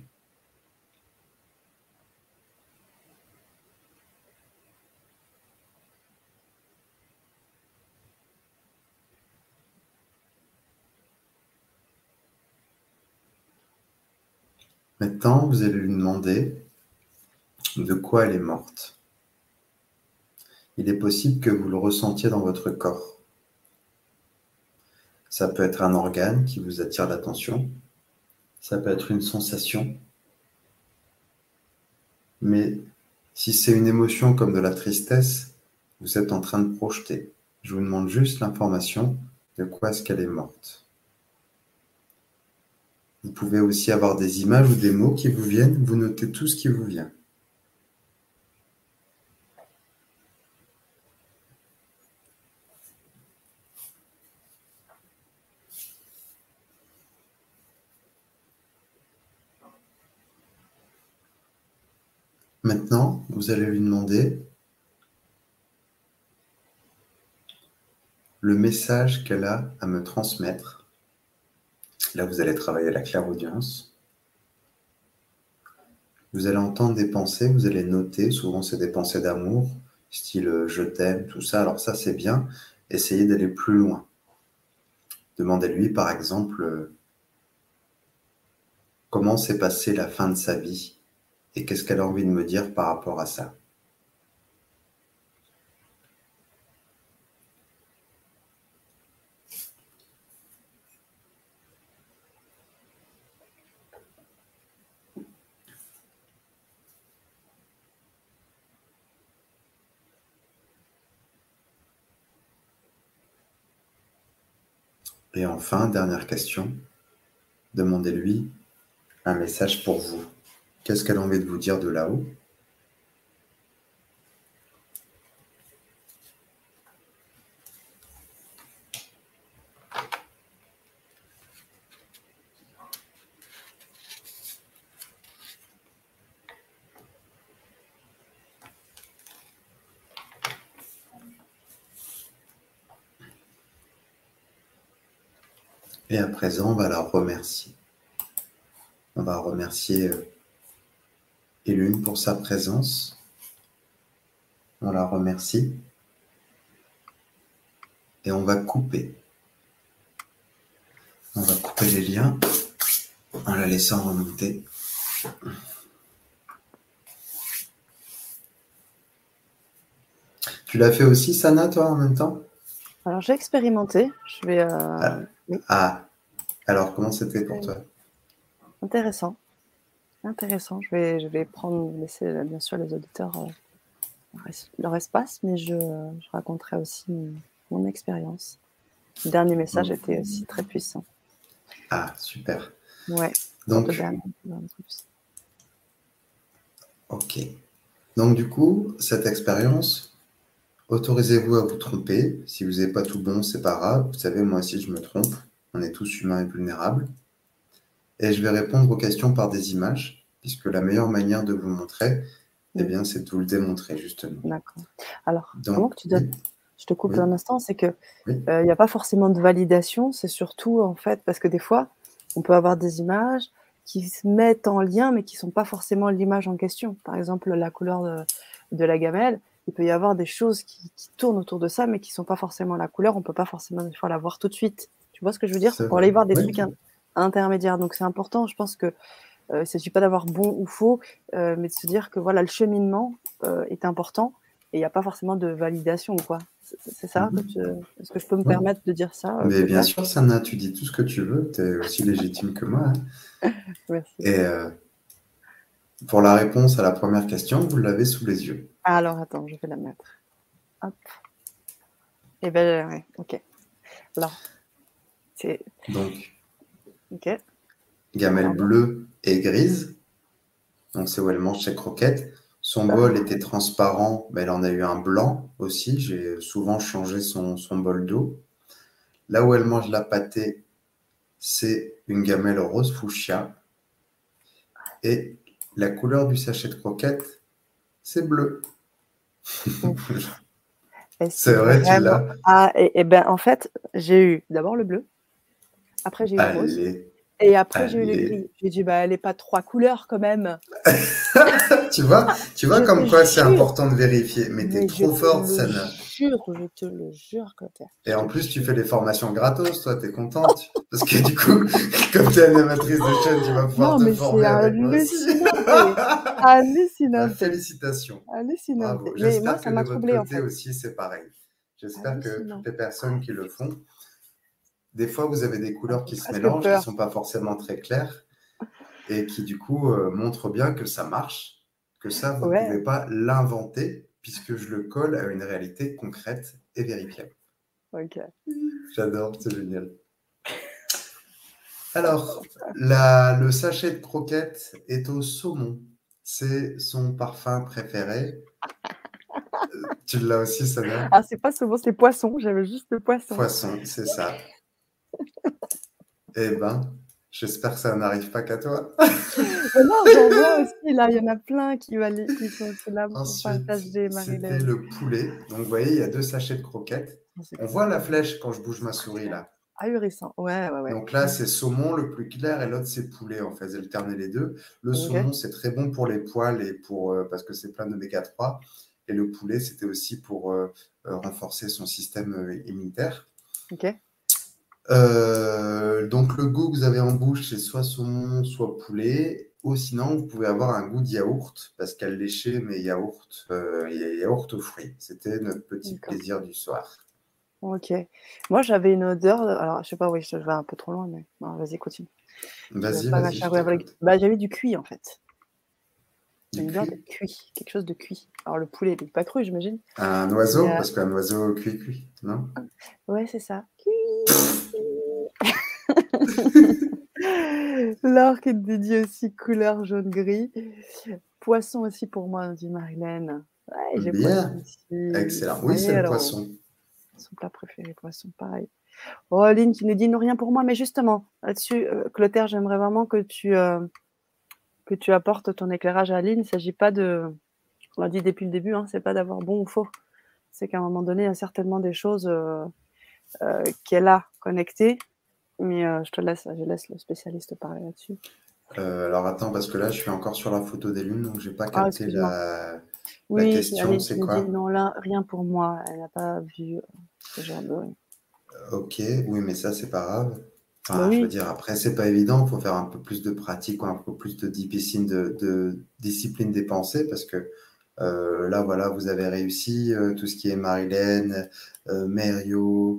Speaker 2: Maintenant, vous allez lui demander de quoi elle est morte. Il est possible que vous le ressentiez dans votre corps. Ça peut être un organe qui vous attire l'attention. Ça peut être une sensation. Mais si c'est une émotion comme de la tristesse, vous êtes en train de projeter. Je vous demande juste l'information de quoi est-ce qu'elle est morte. Vous pouvez aussi avoir des images ou des mots qui vous viennent. Vous notez tout ce qui vous vient. Maintenant, vous allez lui demander le message qu'elle a à me transmettre. Là, vous allez travailler la clairaudience. Vous allez entendre des pensées, vous allez noter. Souvent, c'est des pensées d'amour, style je t'aime, tout ça. Alors ça, c'est bien. Essayez d'aller plus loin. Demandez-lui, par exemple, comment s'est passée la fin de sa vie et qu'est-ce qu'elle a envie de me dire par rapport à ça. Et enfin, dernière question, demandez-lui un message pour vous. Qu'est-ce qu'elle a envie de vous dire de là-haut? Et à présent, on va la remercier. On va remercier Élune pour sa présence. On la remercie. Et on va couper. On va couper les liens en la laissant remonter. Tu l'as fait aussi, Sana, toi, en même temps?
Speaker 1: Alors, j'ai expérimenté. Je vais. Oui.
Speaker 2: Alors, comment c'était pour toi?
Speaker 1: Intéressant. Je vais laisser bien sûr les auditeurs leur espace, mais je raconterai aussi mon expérience. Le dernier message était aussi très puissant.
Speaker 2: Ah, super.
Speaker 1: Ouais.
Speaker 2: Donc, ok. Donc, du coup, cette expérience, autorisez-vous à vous tromper. Si vous n'avez pas tout bon, c'est pas grave. Vous savez, moi aussi, je me trompe. On est tous humains et vulnérables. Et je vais répondre aux questions par des images, puisque la meilleure manière de vous montrer, eh bien, c'est de vous le démontrer, justement.
Speaker 1: D'accord. Alors,
Speaker 2: Donc,
Speaker 1: comment que tu donnes... Je te coupe un instant, c'est que
Speaker 2: oui.
Speaker 1: y a pas forcément de validation, c'est surtout, en fait, parce que des fois, on peut avoir des images qui se mettent en lien, mais qui sont pas forcément l'image en question. Par exemple, la couleur de la gamelle, il peut y avoir des choses qui tournent autour de ça, mais qui sont pas forcément la couleur. On peut pas forcément des fois la voir tout de suite. Tu vois ce que je veux dire? Pour aller voir des trucs intermédiaires. Donc, c'est important, je pense que il ne s'agit pas d'avoir bon ou faux, mais de se dire que voilà, le cheminement est important et il n'y a pas forcément de validation, quoi. C'est ça Est-ce que je peux me permettre de dire ça?
Speaker 2: Mais bien sûr, Sana, tu dis tout ce que tu veux, tu es aussi légitime que moi. Hein.
Speaker 1: Merci.
Speaker 2: Et Pour la réponse à la première question, vous l'avez sous les yeux.
Speaker 1: Alors, attends, je vais la mettre. Hop. Et ben, ouais, ok. Alors, c'est...
Speaker 2: Donc,
Speaker 1: Ok.
Speaker 2: gamelle
Speaker 1: Alors,
Speaker 2: bleue et grise. Donc, c'est où elle mange ses croquettes. Son bol était transparent, mais elle en a eu un blanc aussi. J'ai souvent changé son bol d'eau. Là où elle mange la pâtée, c'est une gamelle rose fuchsia. Et la couleur du sachet de croquettes, c'est bleu.
Speaker 1: et
Speaker 2: C'est
Speaker 1: c'est
Speaker 2: vrai, tu
Speaker 1: vraiment...
Speaker 2: l'as.
Speaker 1: Ah, et ben, en fait, j'ai eu d'abord le bleu, après j'ai eu le rose,
Speaker 2: Allez,
Speaker 1: et après j'ai eu le
Speaker 2: allez.
Speaker 1: gris. J'ai dit, bah, elle n'est pas 3 couleurs quand même.
Speaker 2: Tu vois
Speaker 1: Je te
Speaker 2: comme quoi c'est
Speaker 1: jure,
Speaker 2: important de vérifier. Mais t'es
Speaker 1: mais je
Speaker 2: trop
Speaker 1: te
Speaker 2: forte,
Speaker 1: le
Speaker 2: Sana.
Speaker 1: jure, je te le jure, Clotaire.
Speaker 2: Et
Speaker 1: Je
Speaker 2: en
Speaker 1: te
Speaker 2: plus, tu
Speaker 1: jure.
Speaker 2: fais les formations gratos, toi, t'es contente. Parce que du coup, comme t'es animatrice de chaîne, tu vas pouvoir
Speaker 1: Non,
Speaker 2: te
Speaker 1: mais c'est
Speaker 2: former avec moi aussi.
Speaker 1: hallucinante.
Speaker 2: Bah,
Speaker 1: Hallucinante.
Speaker 2: félicitations.
Speaker 1: Hallucinante.
Speaker 2: Bravo.
Speaker 1: Mais moi,
Speaker 2: J'espère
Speaker 1: ça
Speaker 2: que de
Speaker 1: m'a
Speaker 2: votre
Speaker 1: troublée, en
Speaker 2: côté
Speaker 1: fait.
Speaker 2: aussi, c'est pareil. J'espère que toutes
Speaker 1: Hallucinant.
Speaker 2: les personnes qui le font, des fois, vous avez des
Speaker 1: Ça me
Speaker 2: couleurs
Speaker 1: fait
Speaker 2: qui se
Speaker 1: presque
Speaker 2: mélangent, qui ne
Speaker 1: peur.
Speaker 2: sont pas forcément très claires et qui, du coup, montrent bien que ça marche, que ça, vous ne
Speaker 1: Ouais,
Speaker 2: pouvez pas l'inventer puisque je le colle à une réalité concrète et vérifiable.
Speaker 1: ok.
Speaker 2: J'adore, c'est génial. Alors, le sachet de croquettes est au saumon. C'est son parfum préféré. Tu l'as aussi, Sana?
Speaker 1: Ah, c'est pas saumon, c'est poisson. J'avais juste le poisson.
Speaker 2: Poisson, c'est ça. Eh ben, j'espère que ça n'arrive pas qu'à toi.
Speaker 1: Mais non, j'en vois aussi, là. Il y en a plein qui sont aussi là pour
Speaker 2: Ensuite,
Speaker 1: partager,
Speaker 2: c'était
Speaker 1: Marilyn.
Speaker 2: le poulet. Donc, vous voyez, il y a 2 sachets de croquettes.
Speaker 1: Oh, c'est
Speaker 2: On voit
Speaker 1: clair.
Speaker 2: la flèche quand je bouge ma
Speaker 1: C'est
Speaker 2: souris,
Speaker 1: clair.
Speaker 2: là.
Speaker 1: Ahurissant. Ouais, ouais, ouais.
Speaker 2: Donc là, c'est saumon le plus clair et l'autre, c'est poulet. On fait alterner les deux. Le
Speaker 1: Ok.
Speaker 2: saumon, c'est très bon pour les poils et parce que c'est plein d'oméga 3. Et le poulet, c'était aussi pour renforcer son système immunitaire.
Speaker 1: Ok.
Speaker 2: Donc le goût que vous avez en bouche, c'est soit saumon, soit poulet. Ou sinon, vous pouvez avoir un goût de yaourt, parce qu'elle léchait mes yaourts, yaourt aux fruits. C'était notre petit
Speaker 1: D'accord.
Speaker 2: plaisir du soir.
Speaker 1: Ok. Moi, j'avais une odeur. Alors, je sais pas, oui, je vais un peu trop loin, mais non, vas-y, continue. Je veux
Speaker 2: Vas-y,
Speaker 1: pas
Speaker 2: vas-y, je
Speaker 1: m'acharner avec.
Speaker 2: t'écoute.
Speaker 1: Bah, j'avais du cuit, en fait.
Speaker 2: Du
Speaker 1: Une odeur de
Speaker 2: cuit?
Speaker 1: cuit. Quelque chose de cuit. Alors, le poulet, il n'est pas cru, j'imagine.
Speaker 2: Un
Speaker 1: Mais,
Speaker 2: oiseau? Parce qu'un oiseau cuit, non?
Speaker 1: ouais, c'est ça. L'orque est dédié aussi couleur jaune-gris. Poisson aussi pour moi, dit Marilène. Ouais, j'ai poisson
Speaker 2: Bien,
Speaker 1: aussi.
Speaker 2: excellent. Oui, c'est le
Speaker 1: Hello.
Speaker 2: poisson.
Speaker 1: Son plat préféré, poisson, pareil. Oh, Aline qui nous dit non, rien pour moi, mais justement, là-dessus, Clotaire, j'aimerais vraiment que tu apportes ton éclairage à Aline. Il ne s'agit pas de, on l'a dit depuis le début, hein, c'est pas d'avoir bon ou faux. C'est qu'à un moment donné, il y a certainement des choses qu'elle a connectées, mais je laisse le spécialiste parler là-dessus.
Speaker 2: Alors attends, parce que là, je suis encore sur la photo des lunes, donc j'ai pas
Speaker 1: Ah,
Speaker 2: capté
Speaker 1: excuse-moi.
Speaker 2: la
Speaker 1: Oui,
Speaker 2: question.
Speaker 1: Aline qui
Speaker 2: C'est
Speaker 1: nous dit
Speaker 2: quoi?
Speaker 1: non, là, rien pour moi. Elle n'a pas vu ce genre de.
Speaker 2: Ok, oui, mais ça, c'est pas grave.
Speaker 1: Bah
Speaker 2: Enfin, je veux
Speaker 1: oui,
Speaker 2: dire, après, c'est pas évident. Il faut faire un peu plus de pratique ou un peu plus de discipline des pensées parce que là, voilà, vous avez réussi tout ce qui est Marilène, Merio,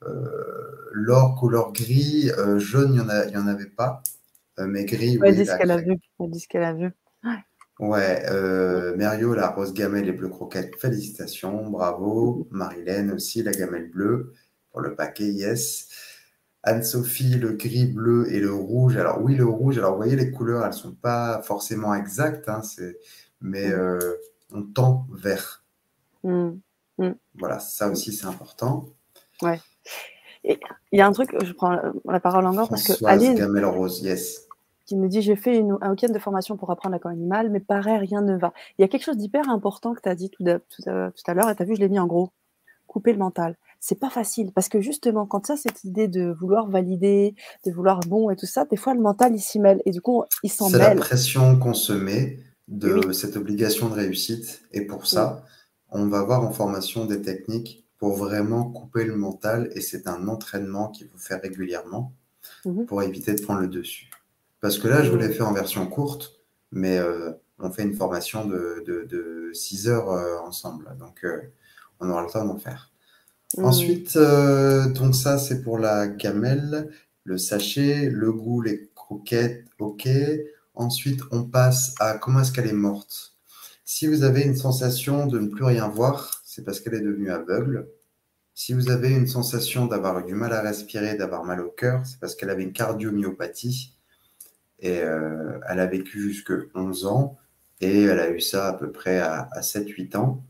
Speaker 2: l'or couleur gris, jaune, il y en avait pas. Mais gris,
Speaker 1: elle
Speaker 2: oui,
Speaker 1: dit ce
Speaker 2: la
Speaker 1: qu'elle a
Speaker 2: craie.
Speaker 1: vu. Elle dit ce qu'elle a vu.
Speaker 2: Ouais, Merio, la rose gamelle et bleu croquette, félicitations, bravo. Marilène aussi, la gamelle bleue pour le paquet, yes. Anne-Sophie, le gris, bleu et le rouge. Alors oui, le rouge, alors vous voyez les couleurs, elles sont pas forcément exactes, hein, mais
Speaker 1: Mhm.
Speaker 2: on tend vers.
Speaker 1: Mhm. Mhm.
Speaker 2: Voilà, ça aussi c'est important.
Speaker 1: Ouais. Et il y a un truc, je prends la parole encore parce que
Speaker 2: Françoise
Speaker 1: Aline
Speaker 2: Gamelle Rose, yes.
Speaker 1: qui me dit j'ai fait un week-end de formation pour apprendre l'accord animal, mais pareil, rien ne va. Il y a quelque chose d'hyper important que tu as dit tout à l'heure, et tu as vu, je l'ai mis en gros. Couper le mental. C'est pas facile parce que justement, quand ça, cette idée de vouloir valider, de vouloir bon et tout ça, des fois le mental il s'y mêle et du coup il s'en
Speaker 2: C'est la
Speaker 1: mêle.
Speaker 2: pression qu'on se met
Speaker 1: Et oui.
Speaker 2: de cette obligation de réussite. Et pour
Speaker 1: Mm.
Speaker 2: ça, on va voir en formation des techniques pour vraiment couper le mental. Et c'est un entraînement qu'il faut faire régulièrement
Speaker 1: Mhm.
Speaker 2: pour éviter de prendre le dessus. Parce que là, je vous l'ai
Speaker 1: Mm.
Speaker 2: fait en version courte, mais on fait une formation de 6 heures ensemble. Donc, on aura le temps d'en faire.
Speaker 1: Mm.
Speaker 2: Ensuite, donc ça, c'est pour la gamelle, le sachet, le goût, les croquettes, ok. Ensuite, on passe à comment est-ce qu'elle est morte. Si vous avez une sensation de ne plus rien voir, c'est parce qu'elle est devenue aveugle. Si vous avez une sensation d'avoir eu du mal à respirer, d'avoir mal au cœur, c'est parce qu'elle avait une cardiomyopathie et elle a vécu jusque 11 ans et elle a eu ça à peu près à 7-8 ans.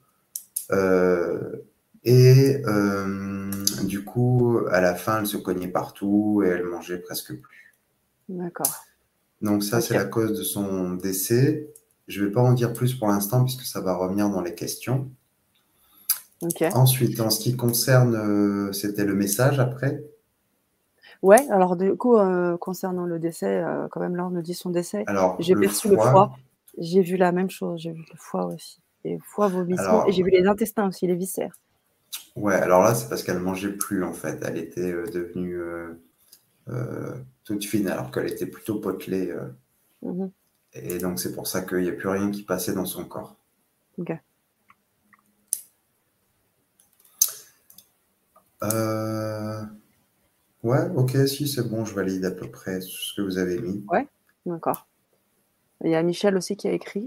Speaker 2: Du coup, à la fin, elle se cognait partout et elle mangeait presque plus.
Speaker 1: D'accord.
Speaker 2: Donc ça, c'est
Speaker 1: Ok.
Speaker 2: la cause de son décès. Je ne vais pas en dire plus pour l'instant puisque ça va revenir dans les questions.
Speaker 1: Ok.
Speaker 2: Ensuite, en ce qui concerne, c'était le message après.
Speaker 1: Ouais, alors du coup, concernant le décès, quand même là, on nous dit son décès.
Speaker 2: Alors,
Speaker 1: J'ai
Speaker 2: le
Speaker 1: perçu le foie.
Speaker 2: foie.
Speaker 1: J'ai vu la même chose, j'ai vu le foie aussi et foie, vomissement et j'ai
Speaker 2: Alors,
Speaker 1: vu les intestins aussi, les viscères.
Speaker 2: ouais, alors là, c'est parce qu'elle mangeait plus en fait. Elle était devenue toute fine alors qu'elle était plutôt potelée.
Speaker 1: Mmh.
Speaker 2: Et donc, c'est pour ça qu'il n'y a plus rien qui passait dans son corps.
Speaker 1: OK.
Speaker 2: Euh, Ouais, ok, si, c'est bon, je valide à peu près ce que vous avez mis.
Speaker 1: Ouais? D'accord. Il y a Michel aussi qui a écrit.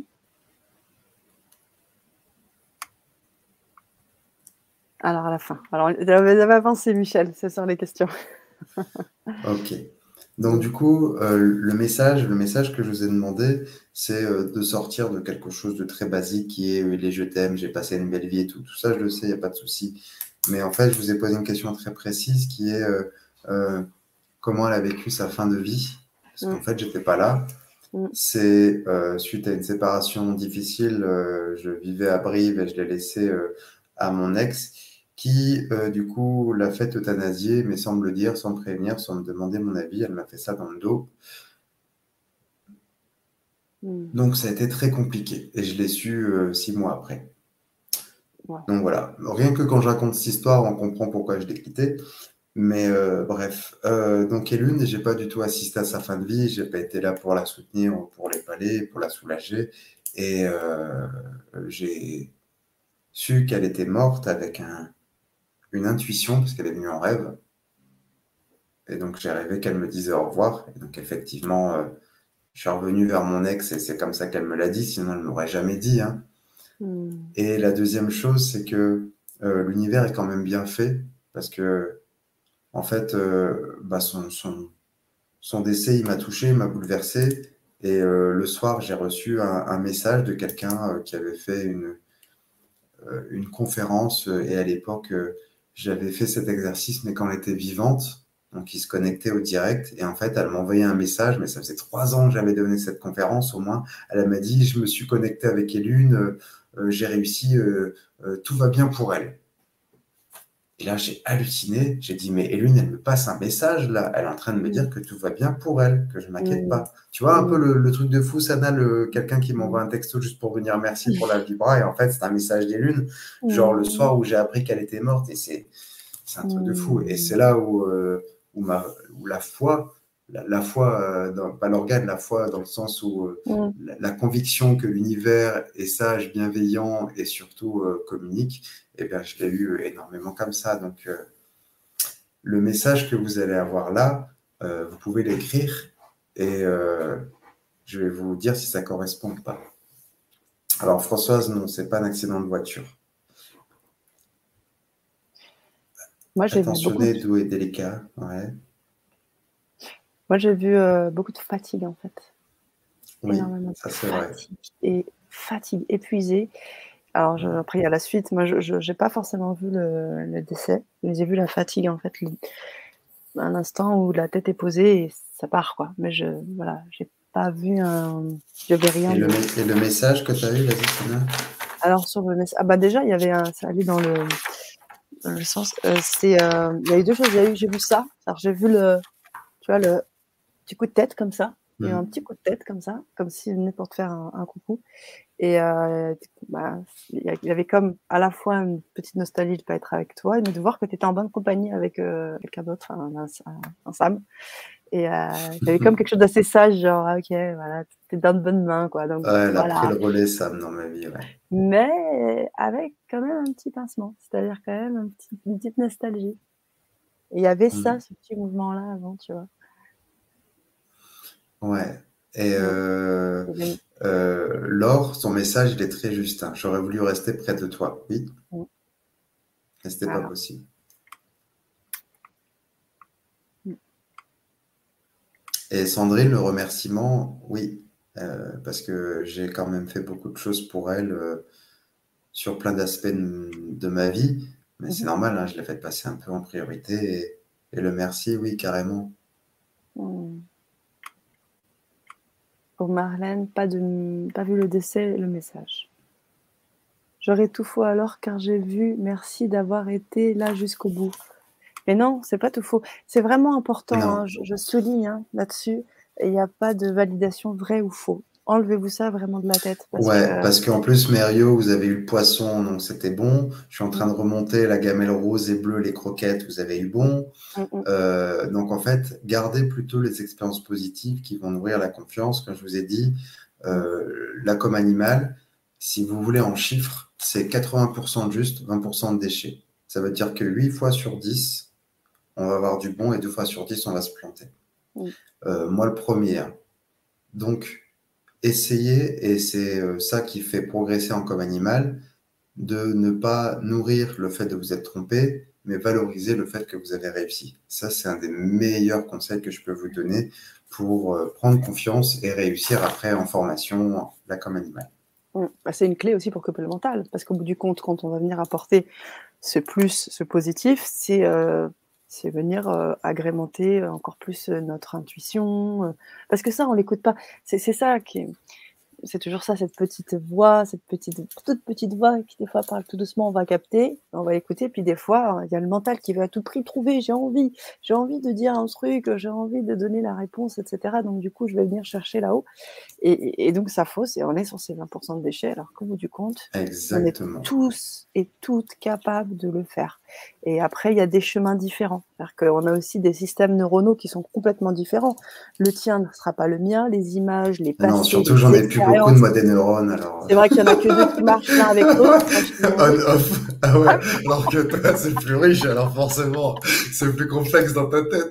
Speaker 1: Alors à la fin. Alors vous avez avancé Michel, c'est sur les questions.
Speaker 2: Ok. Donc, du coup, le message que je vous ai demandé, c'est de sortir de quelque chose de très basique qui est les je t'aime, j'ai passé une belle vie et tout. Tout ça, je le sais, il n'y a pas de souci. Mais en fait, je vous ai posé une question très précise qui est euh, comment elle a vécu sa fin de vie. Parce
Speaker 1: Mmh.
Speaker 2: qu'en fait, j'étais pas là.
Speaker 1: Mmh.
Speaker 2: C'est suite à une séparation difficile, je vivais à Brive et je l'ai laissé à mon ex qui, du coup, l'a fait euthanasier, mais sans me le dire, sans me prévenir, sans me demander mon avis. Elle m'a fait ça dans le dos.
Speaker 1: Mmh.
Speaker 2: Donc, ça a été très compliqué et je l'ai su 6 mois après.
Speaker 1: Waouh.
Speaker 2: Donc voilà, rien que quand je raconte cette histoire, on comprend pourquoi je l'ai quitté. Mais bref, donc Elune, j'ai pas du tout assisté à sa fin de vie, j'ai pas été là pour la soutenir, pour l'épaler, pour la soulager. Et j'ai su qu'elle était morte avec une intuition, parce qu'elle est venue en rêve. Et donc j'ai rêvé qu'elle me disait au revoir. Et donc effectivement, je suis revenu vers mon ex et c'est comme ça qu'elle me l'a dit, sinon elle ne m'aurait jamais dit, hein.
Speaker 1: Mmh.
Speaker 2: Et la deuxième chose, c'est que l'univers est quand même bien fait, parce que en fait, bah, son décès, il m'a touché, il m'a bouleversé. Et le soir, j'ai reçu un message de quelqu'un qui avait fait une conférence. Et à l'époque, j'avais fait cet exercice, mais quand elle était vivante. Donc, il se connectait au direct. Et en fait, elle m'a envoyé un message, mais ça faisait 3 ans que j'avais donné cette conférence au moins. Elle m'a dit, je me suis connecté avec Elune, j'ai réussi, tout va bien pour elle. Et là, j'ai halluciné. J'ai dit, mais Elune, elle me passe un message là. Elle est en train de me
Speaker 1: Mmh.
Speaker 2: dire que tout va bien pour elle, que je ne m'inquiète
Speaker 1: Mmh.
Speaker 2: pas. Tu vois un peu
Speaker 1: Mmh.
Speaker 2: le truc de fou, Sana, quelqu'un qui
Speaker 1: Mmh.
Speaker 2: m'envoie un texto juste pour venir merci pour la vibra. Et en fait, c'est un message d'Elune, genre le
Speaker 1: Mmh.
Speaker 2: soir où j'ai appris qu'elle était morte. Et c'est un truc de fou. Et
Speaker 1: Mmh.
Speaker 2: c'est là où la foi, la foi, pas l'organe, la foi dans le sens où
Speaker 1: Mmh.
Speaker 2: la conviction que l'univers est sage, bienveillant et surtout communique, eh bien, je l'ai eu énormément comme ça. Donc, le message que vous allez avoir là, vous pouvez l'écrire et je vais vous dire si ça correspond ou pas. Alors, Françoise, non, c'est pas un accident de voiture.
Speaker 1: Moi j'ai vu beaucoup
Speaker 2: Attentionné,
Speaker 1: de
Speaker 2: doux et délicat. Ouais.
Speaker 1: Moi j'ai vu, beaucoup de fatigue en fait.
Speaker 2: Oui,
Speaker 1: Énormément de
Speaker 2: ça c'est vrai.
Speaker 1: fatigue, épuisée. Alors après il y a la suite. Moi je j'ai pas forcément vu le décès, mais j'ai vu la fatigue en fait, un instant où la tête est posée et ça part quoi. Mais voilà, j'ai pas vu j'avais rien
Speaker 2: Et le,
Speaker 1: de
Speaker 2: et le message que tu as eu, vas-y, Sana.
Speaker 1: alors sur le message, ah bah déjà il y avait ça allait dans le sens, il y a eu 2 choses. J'ai vu ça, alors j'ai vu tu vois le petit coup de tête comme ça. Il y a eu un petit coup de tête comme ça, comme s'il venait pour te faire un coucou et bah, il y avait comme à la fois une petite nostalgie de pas être avec toi, mais de voir que tu étais en bonne compagnie avec, quelqu'un d'autre, enfin un Sam et il y avait comme quelque chose d'assez sage, genre: «Ah OK, voilà, tu es dans de bonnes mains quoi», donc
Speaker 2: Ouais, elle a pris
Speaker 1: voilà.
Speaker 2: le relais, Sam, dans ma vie, ouais.
Speaker 1: Mais avec quand même un petit pincement, c'est-à-dire quand même une petite nostalgie et il y avait
Speaker 2: Mm.
Speaker 1: ça, ce petit mouvement-là avant, tu vois?
Speaker 2: Ouais. Et Laure, ton message, il est très juste. Hein. J'aurais voulu rester près de toi. Oui. Mais c'était pas possible. Et Sandrine, le remerciement, oui. Parce que j'ai quand même fait beaucoup de choses pour elle sur plein d'aspects de ma vie. Mais c'est normal, hein, je l'ai fait passer un peu en priorité. Et le merci, oui, carrément.
Speaker 1: Pour Marlène, pas vu le décès, le message. J'aurais tout faux alors car j'ai vu, merci d'avoir été là jusqu'au bout. Mais non, c'est pas tout faux. C'est vraiment important, hein, je souligne là-dessus. Il n'y a pas de validation vrai ou faux. Enlevez-vous ça vraiment de la tête.
Speaker 2: Parce qu'en plus, Merio, vous avez eu le poisson, donc c'était bon. Je suis en train de remonter la gamelle rose et bleue, les croquettes, vous avez eu bon. Donc en fait, gardez plutôt les expériences positives qui vont nourrir la confiance. Comme je vous ai dit, la com animale, si vous voulez en chiffres, c'est 80% de juste, 20% de déchets. Ça veut dire que 8 fois sur 10, on va avoir du bon et 2 fois sur 10, on va se planter. Moi, le premier. Donc, essayez, et c'est ça qui fait progresser en com animal, de ne pas nourrir le fait de vous être trompé, mais valoriser le fait que vous avez réussi. Ça, c'est un des meilleurs conseils que je peux vous donner pour prendre confiance et réussir après en formation la com animal.
Speaker 1: C'est une clé aussi pour couper le mental, parce qu'au bout du compte, quand on va venir apporter ce plus, ce positif, c'est venir agrémenter encore plus notre intuition, parce que ça, on l'écoute pas. C'est ça qui est... C'est toujours ça, cette petite voix, toute petite voix qui des fois parle tout doucement, on va capter, on va écouter, puis des fois, il y a le mental qui veut à tout prix trouver, j'ai envie de dire un truc, j'ai envie de donner la réponse, etc. Donc du coup, je vais venir chercher là-haut. Et donc ça fausse, et on est sur ces 20% de déchets, alors qu'au bout du compte,
Speaker 2: Exactement.
Speaker 1: on est tous et toutes capables de le faire. Et après, il y a des chemins différents. C'est-à-dire qu'on a aussi des systèmes neuronaux qui sont complètement différents. Le tien ne sera pas le mien, les images, les passés,
Speaker 2: non, surtout, j'en ai plus beaucoup de moi des neurones. Alors...
Speaker 1: C'est vrai qu'il n'y en a que deux qui marchent l'un avec l'autre.
Speaker 2: On-off. Ah ouais, alors que toi, c'est plus riche, alors forcément, c'est plus complexe dans ta tête.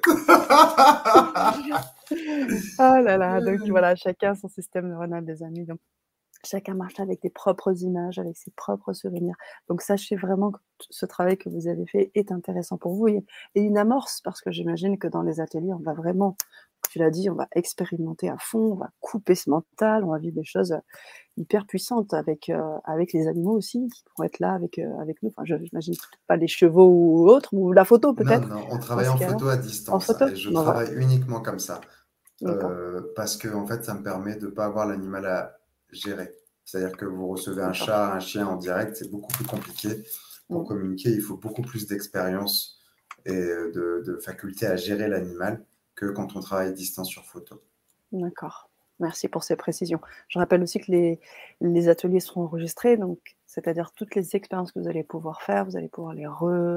Speaker 1: Oh là là, donc voilà, chacun son système neuronal, des amis. Donc, chacun marche avec des propres images, avec ses propres souvenirs. Donc, sachez vraiment que ce travail que vous avez fait est intéressant pour vous et une amorce, parce que j'imagine que dans les ateliers, on va vraiment, tu l'as dit, on va expérimenter à fond, on va couper ce mental, on va vivre des choses hyper puissantes avec les animaux aussi, qui pourront être là avec nous. Enfin, je n'imagine pas les chevaux ou autres, ou la photo peut-être.
Speaker 2: Non, on travaille en photo à distance.
Speaker 1: En photo,
Speaker 2: et je travaille uniquement comme ça.
Speaker 1: D'accord.
Speaker 2: Parce que en fait, ça me permet de ne pas avoir l'animal à gérer. C'est-à-dire que vous recevez un chat, un chien en direct, c'est beaucoup plus compliqué. Pour communiquer, il faut beaucoup plus d'expérience et de faculté à gérer l'animal que quand on travaille à distance sur photo. D'accord.
Speaker 1: Merci pour ces précisions. Je rappelle aussi que les ateliers seront enregistrés, donc c'est-à-dire toutes les expériences que vous allez pouvoir faire, vous allez pouvoir les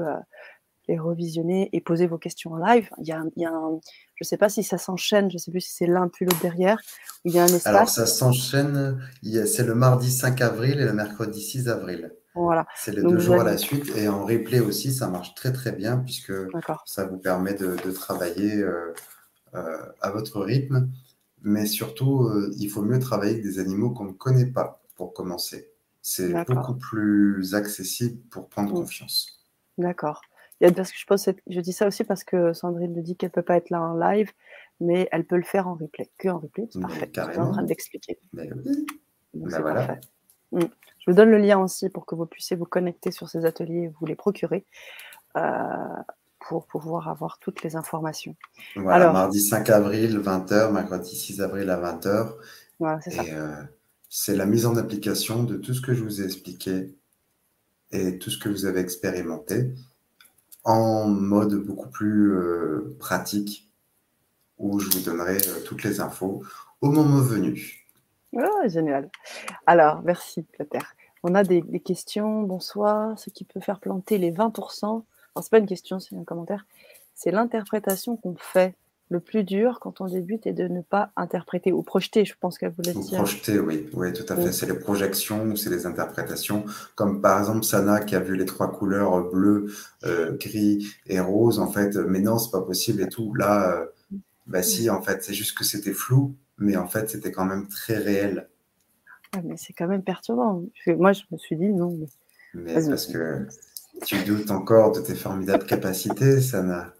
Speaker 1: revisionner et poser vos questions en live. Il y a un, je ne sais pas si ça s'enchaîne, je ne sais plus si c'est l'un puis l'autre derrière. Il y a un espace.
Speaker 2: Alors ça s'enchaîne, c'est le mardi 5 avril et le mercredi 6 avril.
Speaker 1: Voilà.
Speaker 2: C'est les 2 jours à la suite, et en replay aussi, ça marche très très bien puisque ça vous permet de travailler à votre rythme. Mais surtout, il faut mieux travailler avec des animaux qu'on ne connaît pas pour commencer. C'est beaucoup plus accessible pour prendre confiance.
Speaker 1: D'accord. Parce que je dis ça aussi parce que Sandrine me dit qu'elle ne peut pas être là en live, mais elle peut le faire en replay. Que en replay, c'est parfait. Je suis en train d'expliquer.
Speaker 2: Mais oui.
Speaker 1: Donc c'est parfait. Je vous donne le lien aussi pour que vous puissiez vous connecter sur ces ateliers et vous les procurer pour pouvoir avoir toutes les informations.
Speaker 2: Voilà, alors, mardi 5 avril, 20h, mercredi 6 avril à 20h.
Speaker 1: Voilà, c'est ça.
Speaker 2: Et c'est la mise en application de tout ce que je vous ai expliqué et tout ce que vous avez expérimenté en mode beaucoup plus pratique, où je vous donnerai toutes les infos au moment venu.
Speaker 1: Oh, génial. Alors, merci, Clotaire. On a des questions. Bonsoir. Ce qui peut faire planter les 20%. Alors, c'est pas une question, c'est un commentaire. C'est l'interprétation qu'on fait. Le plus dur quand on débute est de ne pas interpréter ou projeter, je pense qu'elle voulait dire.
Speaker 2: Projeter, oui, tout à fait. C'est les projections ou c'est les interprétations. Comme par exemple Sana qui a vu les 3 couleurs bleu, gris et rose, en fait. Mais non, c'est pas possible et tout. Là, si, en fait, c'est juste que c'était flou. mais en fait, c'était quand même très réel.
Speaker 1: Ah, mais c'est quand même perturbant. Moi, je me suis dit non.
Speaker 2: Mais parce que tu doutes encore de tes formidables capacités, Sana.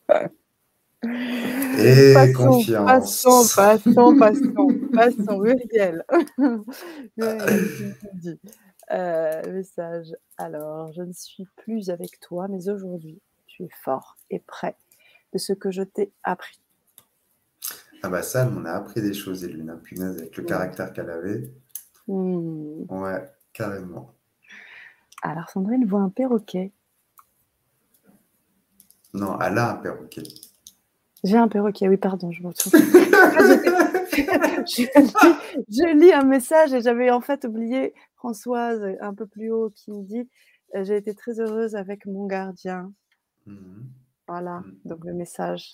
Speaker 2: Et confiance.
Speaker 1: Passons, Muriel. Muriel, qui nous dit message. Alors, je ne suis plus avec toi, mais aujourd'hui, tu es fort et prêt de ce que je t'ai appris.
Speaker 2: Ah bah ça, on a appris des choses, Elune, hein, punaise, avec le caractère qu'elle avait. Ouais, carrément.
Speaker 1: Alors, Sandrine voit un perroquet.
Speaker 2: Non, elle a un perroquet.
Speaker 1: J'ai un perroquet, oui, pardon, je me retrouve. je lis un message et j'avais en fait oublié Françoise un peu plus haut qui me dit j'ai été très heureuse avec mon gardien. Voilà, donc le message.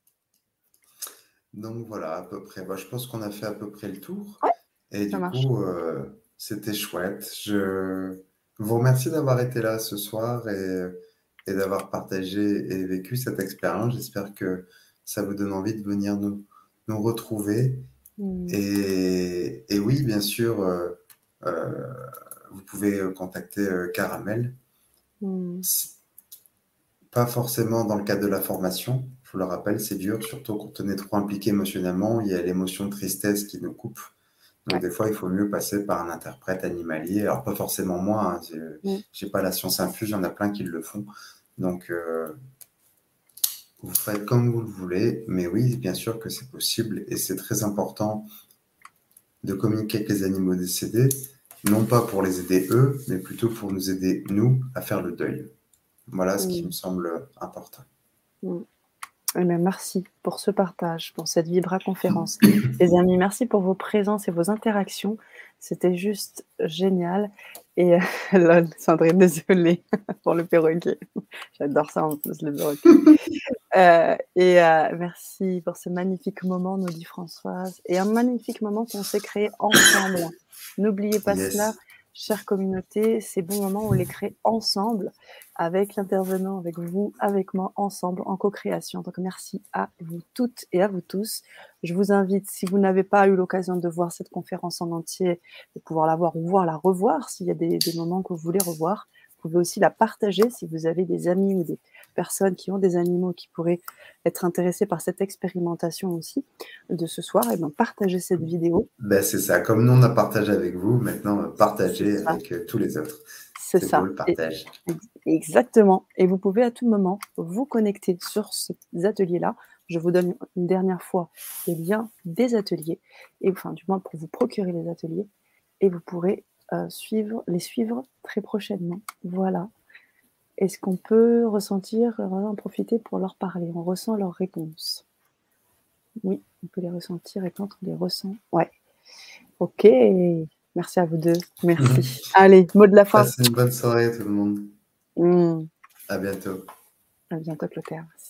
Speaker 2: Donc voilà, à peu près. Bah, je pense qu'on a fait à peu près le tour.
Speaker 1: Ouais,
Speaker 2: et du
Speaker 1: marche.
Speaker 2: coup, c'était chouette. Je vous remercie d'avoir été là ce soir et d'avoir partagé et vécu cette expérience. J'espère que ça vous donne envie de venir nous retrouver. Et oui, bien sûr, vous pouvez contacter Caramel. Pas forcément dans le cadre de la formation. Je vous le rappelle, c'est dur, surtout quand on est trop impliqué émotionnellement. Il y a l'émotion de tristesse qui nous coupe. Donc, des fois, il faut mieux passer par un interprète animalier. Alors, pas forcément moi, hein, j'ai pas la science infuse, il y en a plein qui le font. Donc, vous faites comme vous le voulez. Mais oui, bien sûr que c'est possible. Et c'est très important de communiquer avec les animaux décédés, non pas pour les aider eux, mais plutôt pour nous aider, nous, à faire le deuil. Voilà ce qui me semble important.
Speaker 1: Eh bien, merci pour ce partage, pour cette Vibra conférence. Les amis, merci pour vos présences et vos interactions. C'était juste génial. Et lol, Sandrine, désolée pour le perroquet. J'adore ça en plus, le perroquet. Merci pour ce magnifique moment, nous dit Françoise. Et un magnifique moment qu'on s'est créé ensemble. N'oubliez pas cela, chère communauté, ces bons moments, on les crée ensemble, avec l'intervenant, avec vous, avec moi, ensemble, en co-création. Donc, merci à vous toutes et à vous tous. Je vous invite, si vous n'avez pas eu l'occasion de voir cette conférence en entier, de pouvoir la voir ou voir la revoir, s'il y a des moments que vous voulez revoir. Vous pouvez aussi la partager si vous avez des amis ou des personnes qui ont des animaux qui pourraient être intéressés par cette expérimentation aussi de ce soir. Et bien, partagez cette vidéo.
Speaker 2: Ben, c'est ça. Comme nous, on a partagé avec vous, maintenant, partagez avec tous les autres.
Speaker 1: C'est ça.
Speaker 2: Beau, le partage.
Speaker 1: Exactement. Et vous pouvez à tout moment vous connecter sur ces ateliers-là. Je vous donne une dernière fois les liens des ateliers, et enfin, du moins pour vous procurer les ateliers, et vous pourrez les suivre très prochainement. Voilà. Est-ce qu'on peut ressentir, en profiter pour leur parler? On ressent leurs réponses. Oui, on peut les ressentir et quand on les ressent. Ouais. Ok. Merci à vous deux. Merci. Allez, mot de la fin.
Speaker 2: Passez une bonne soirée tout le monde. À bientôt.
Speaker 1: À bientôt, Clotaire.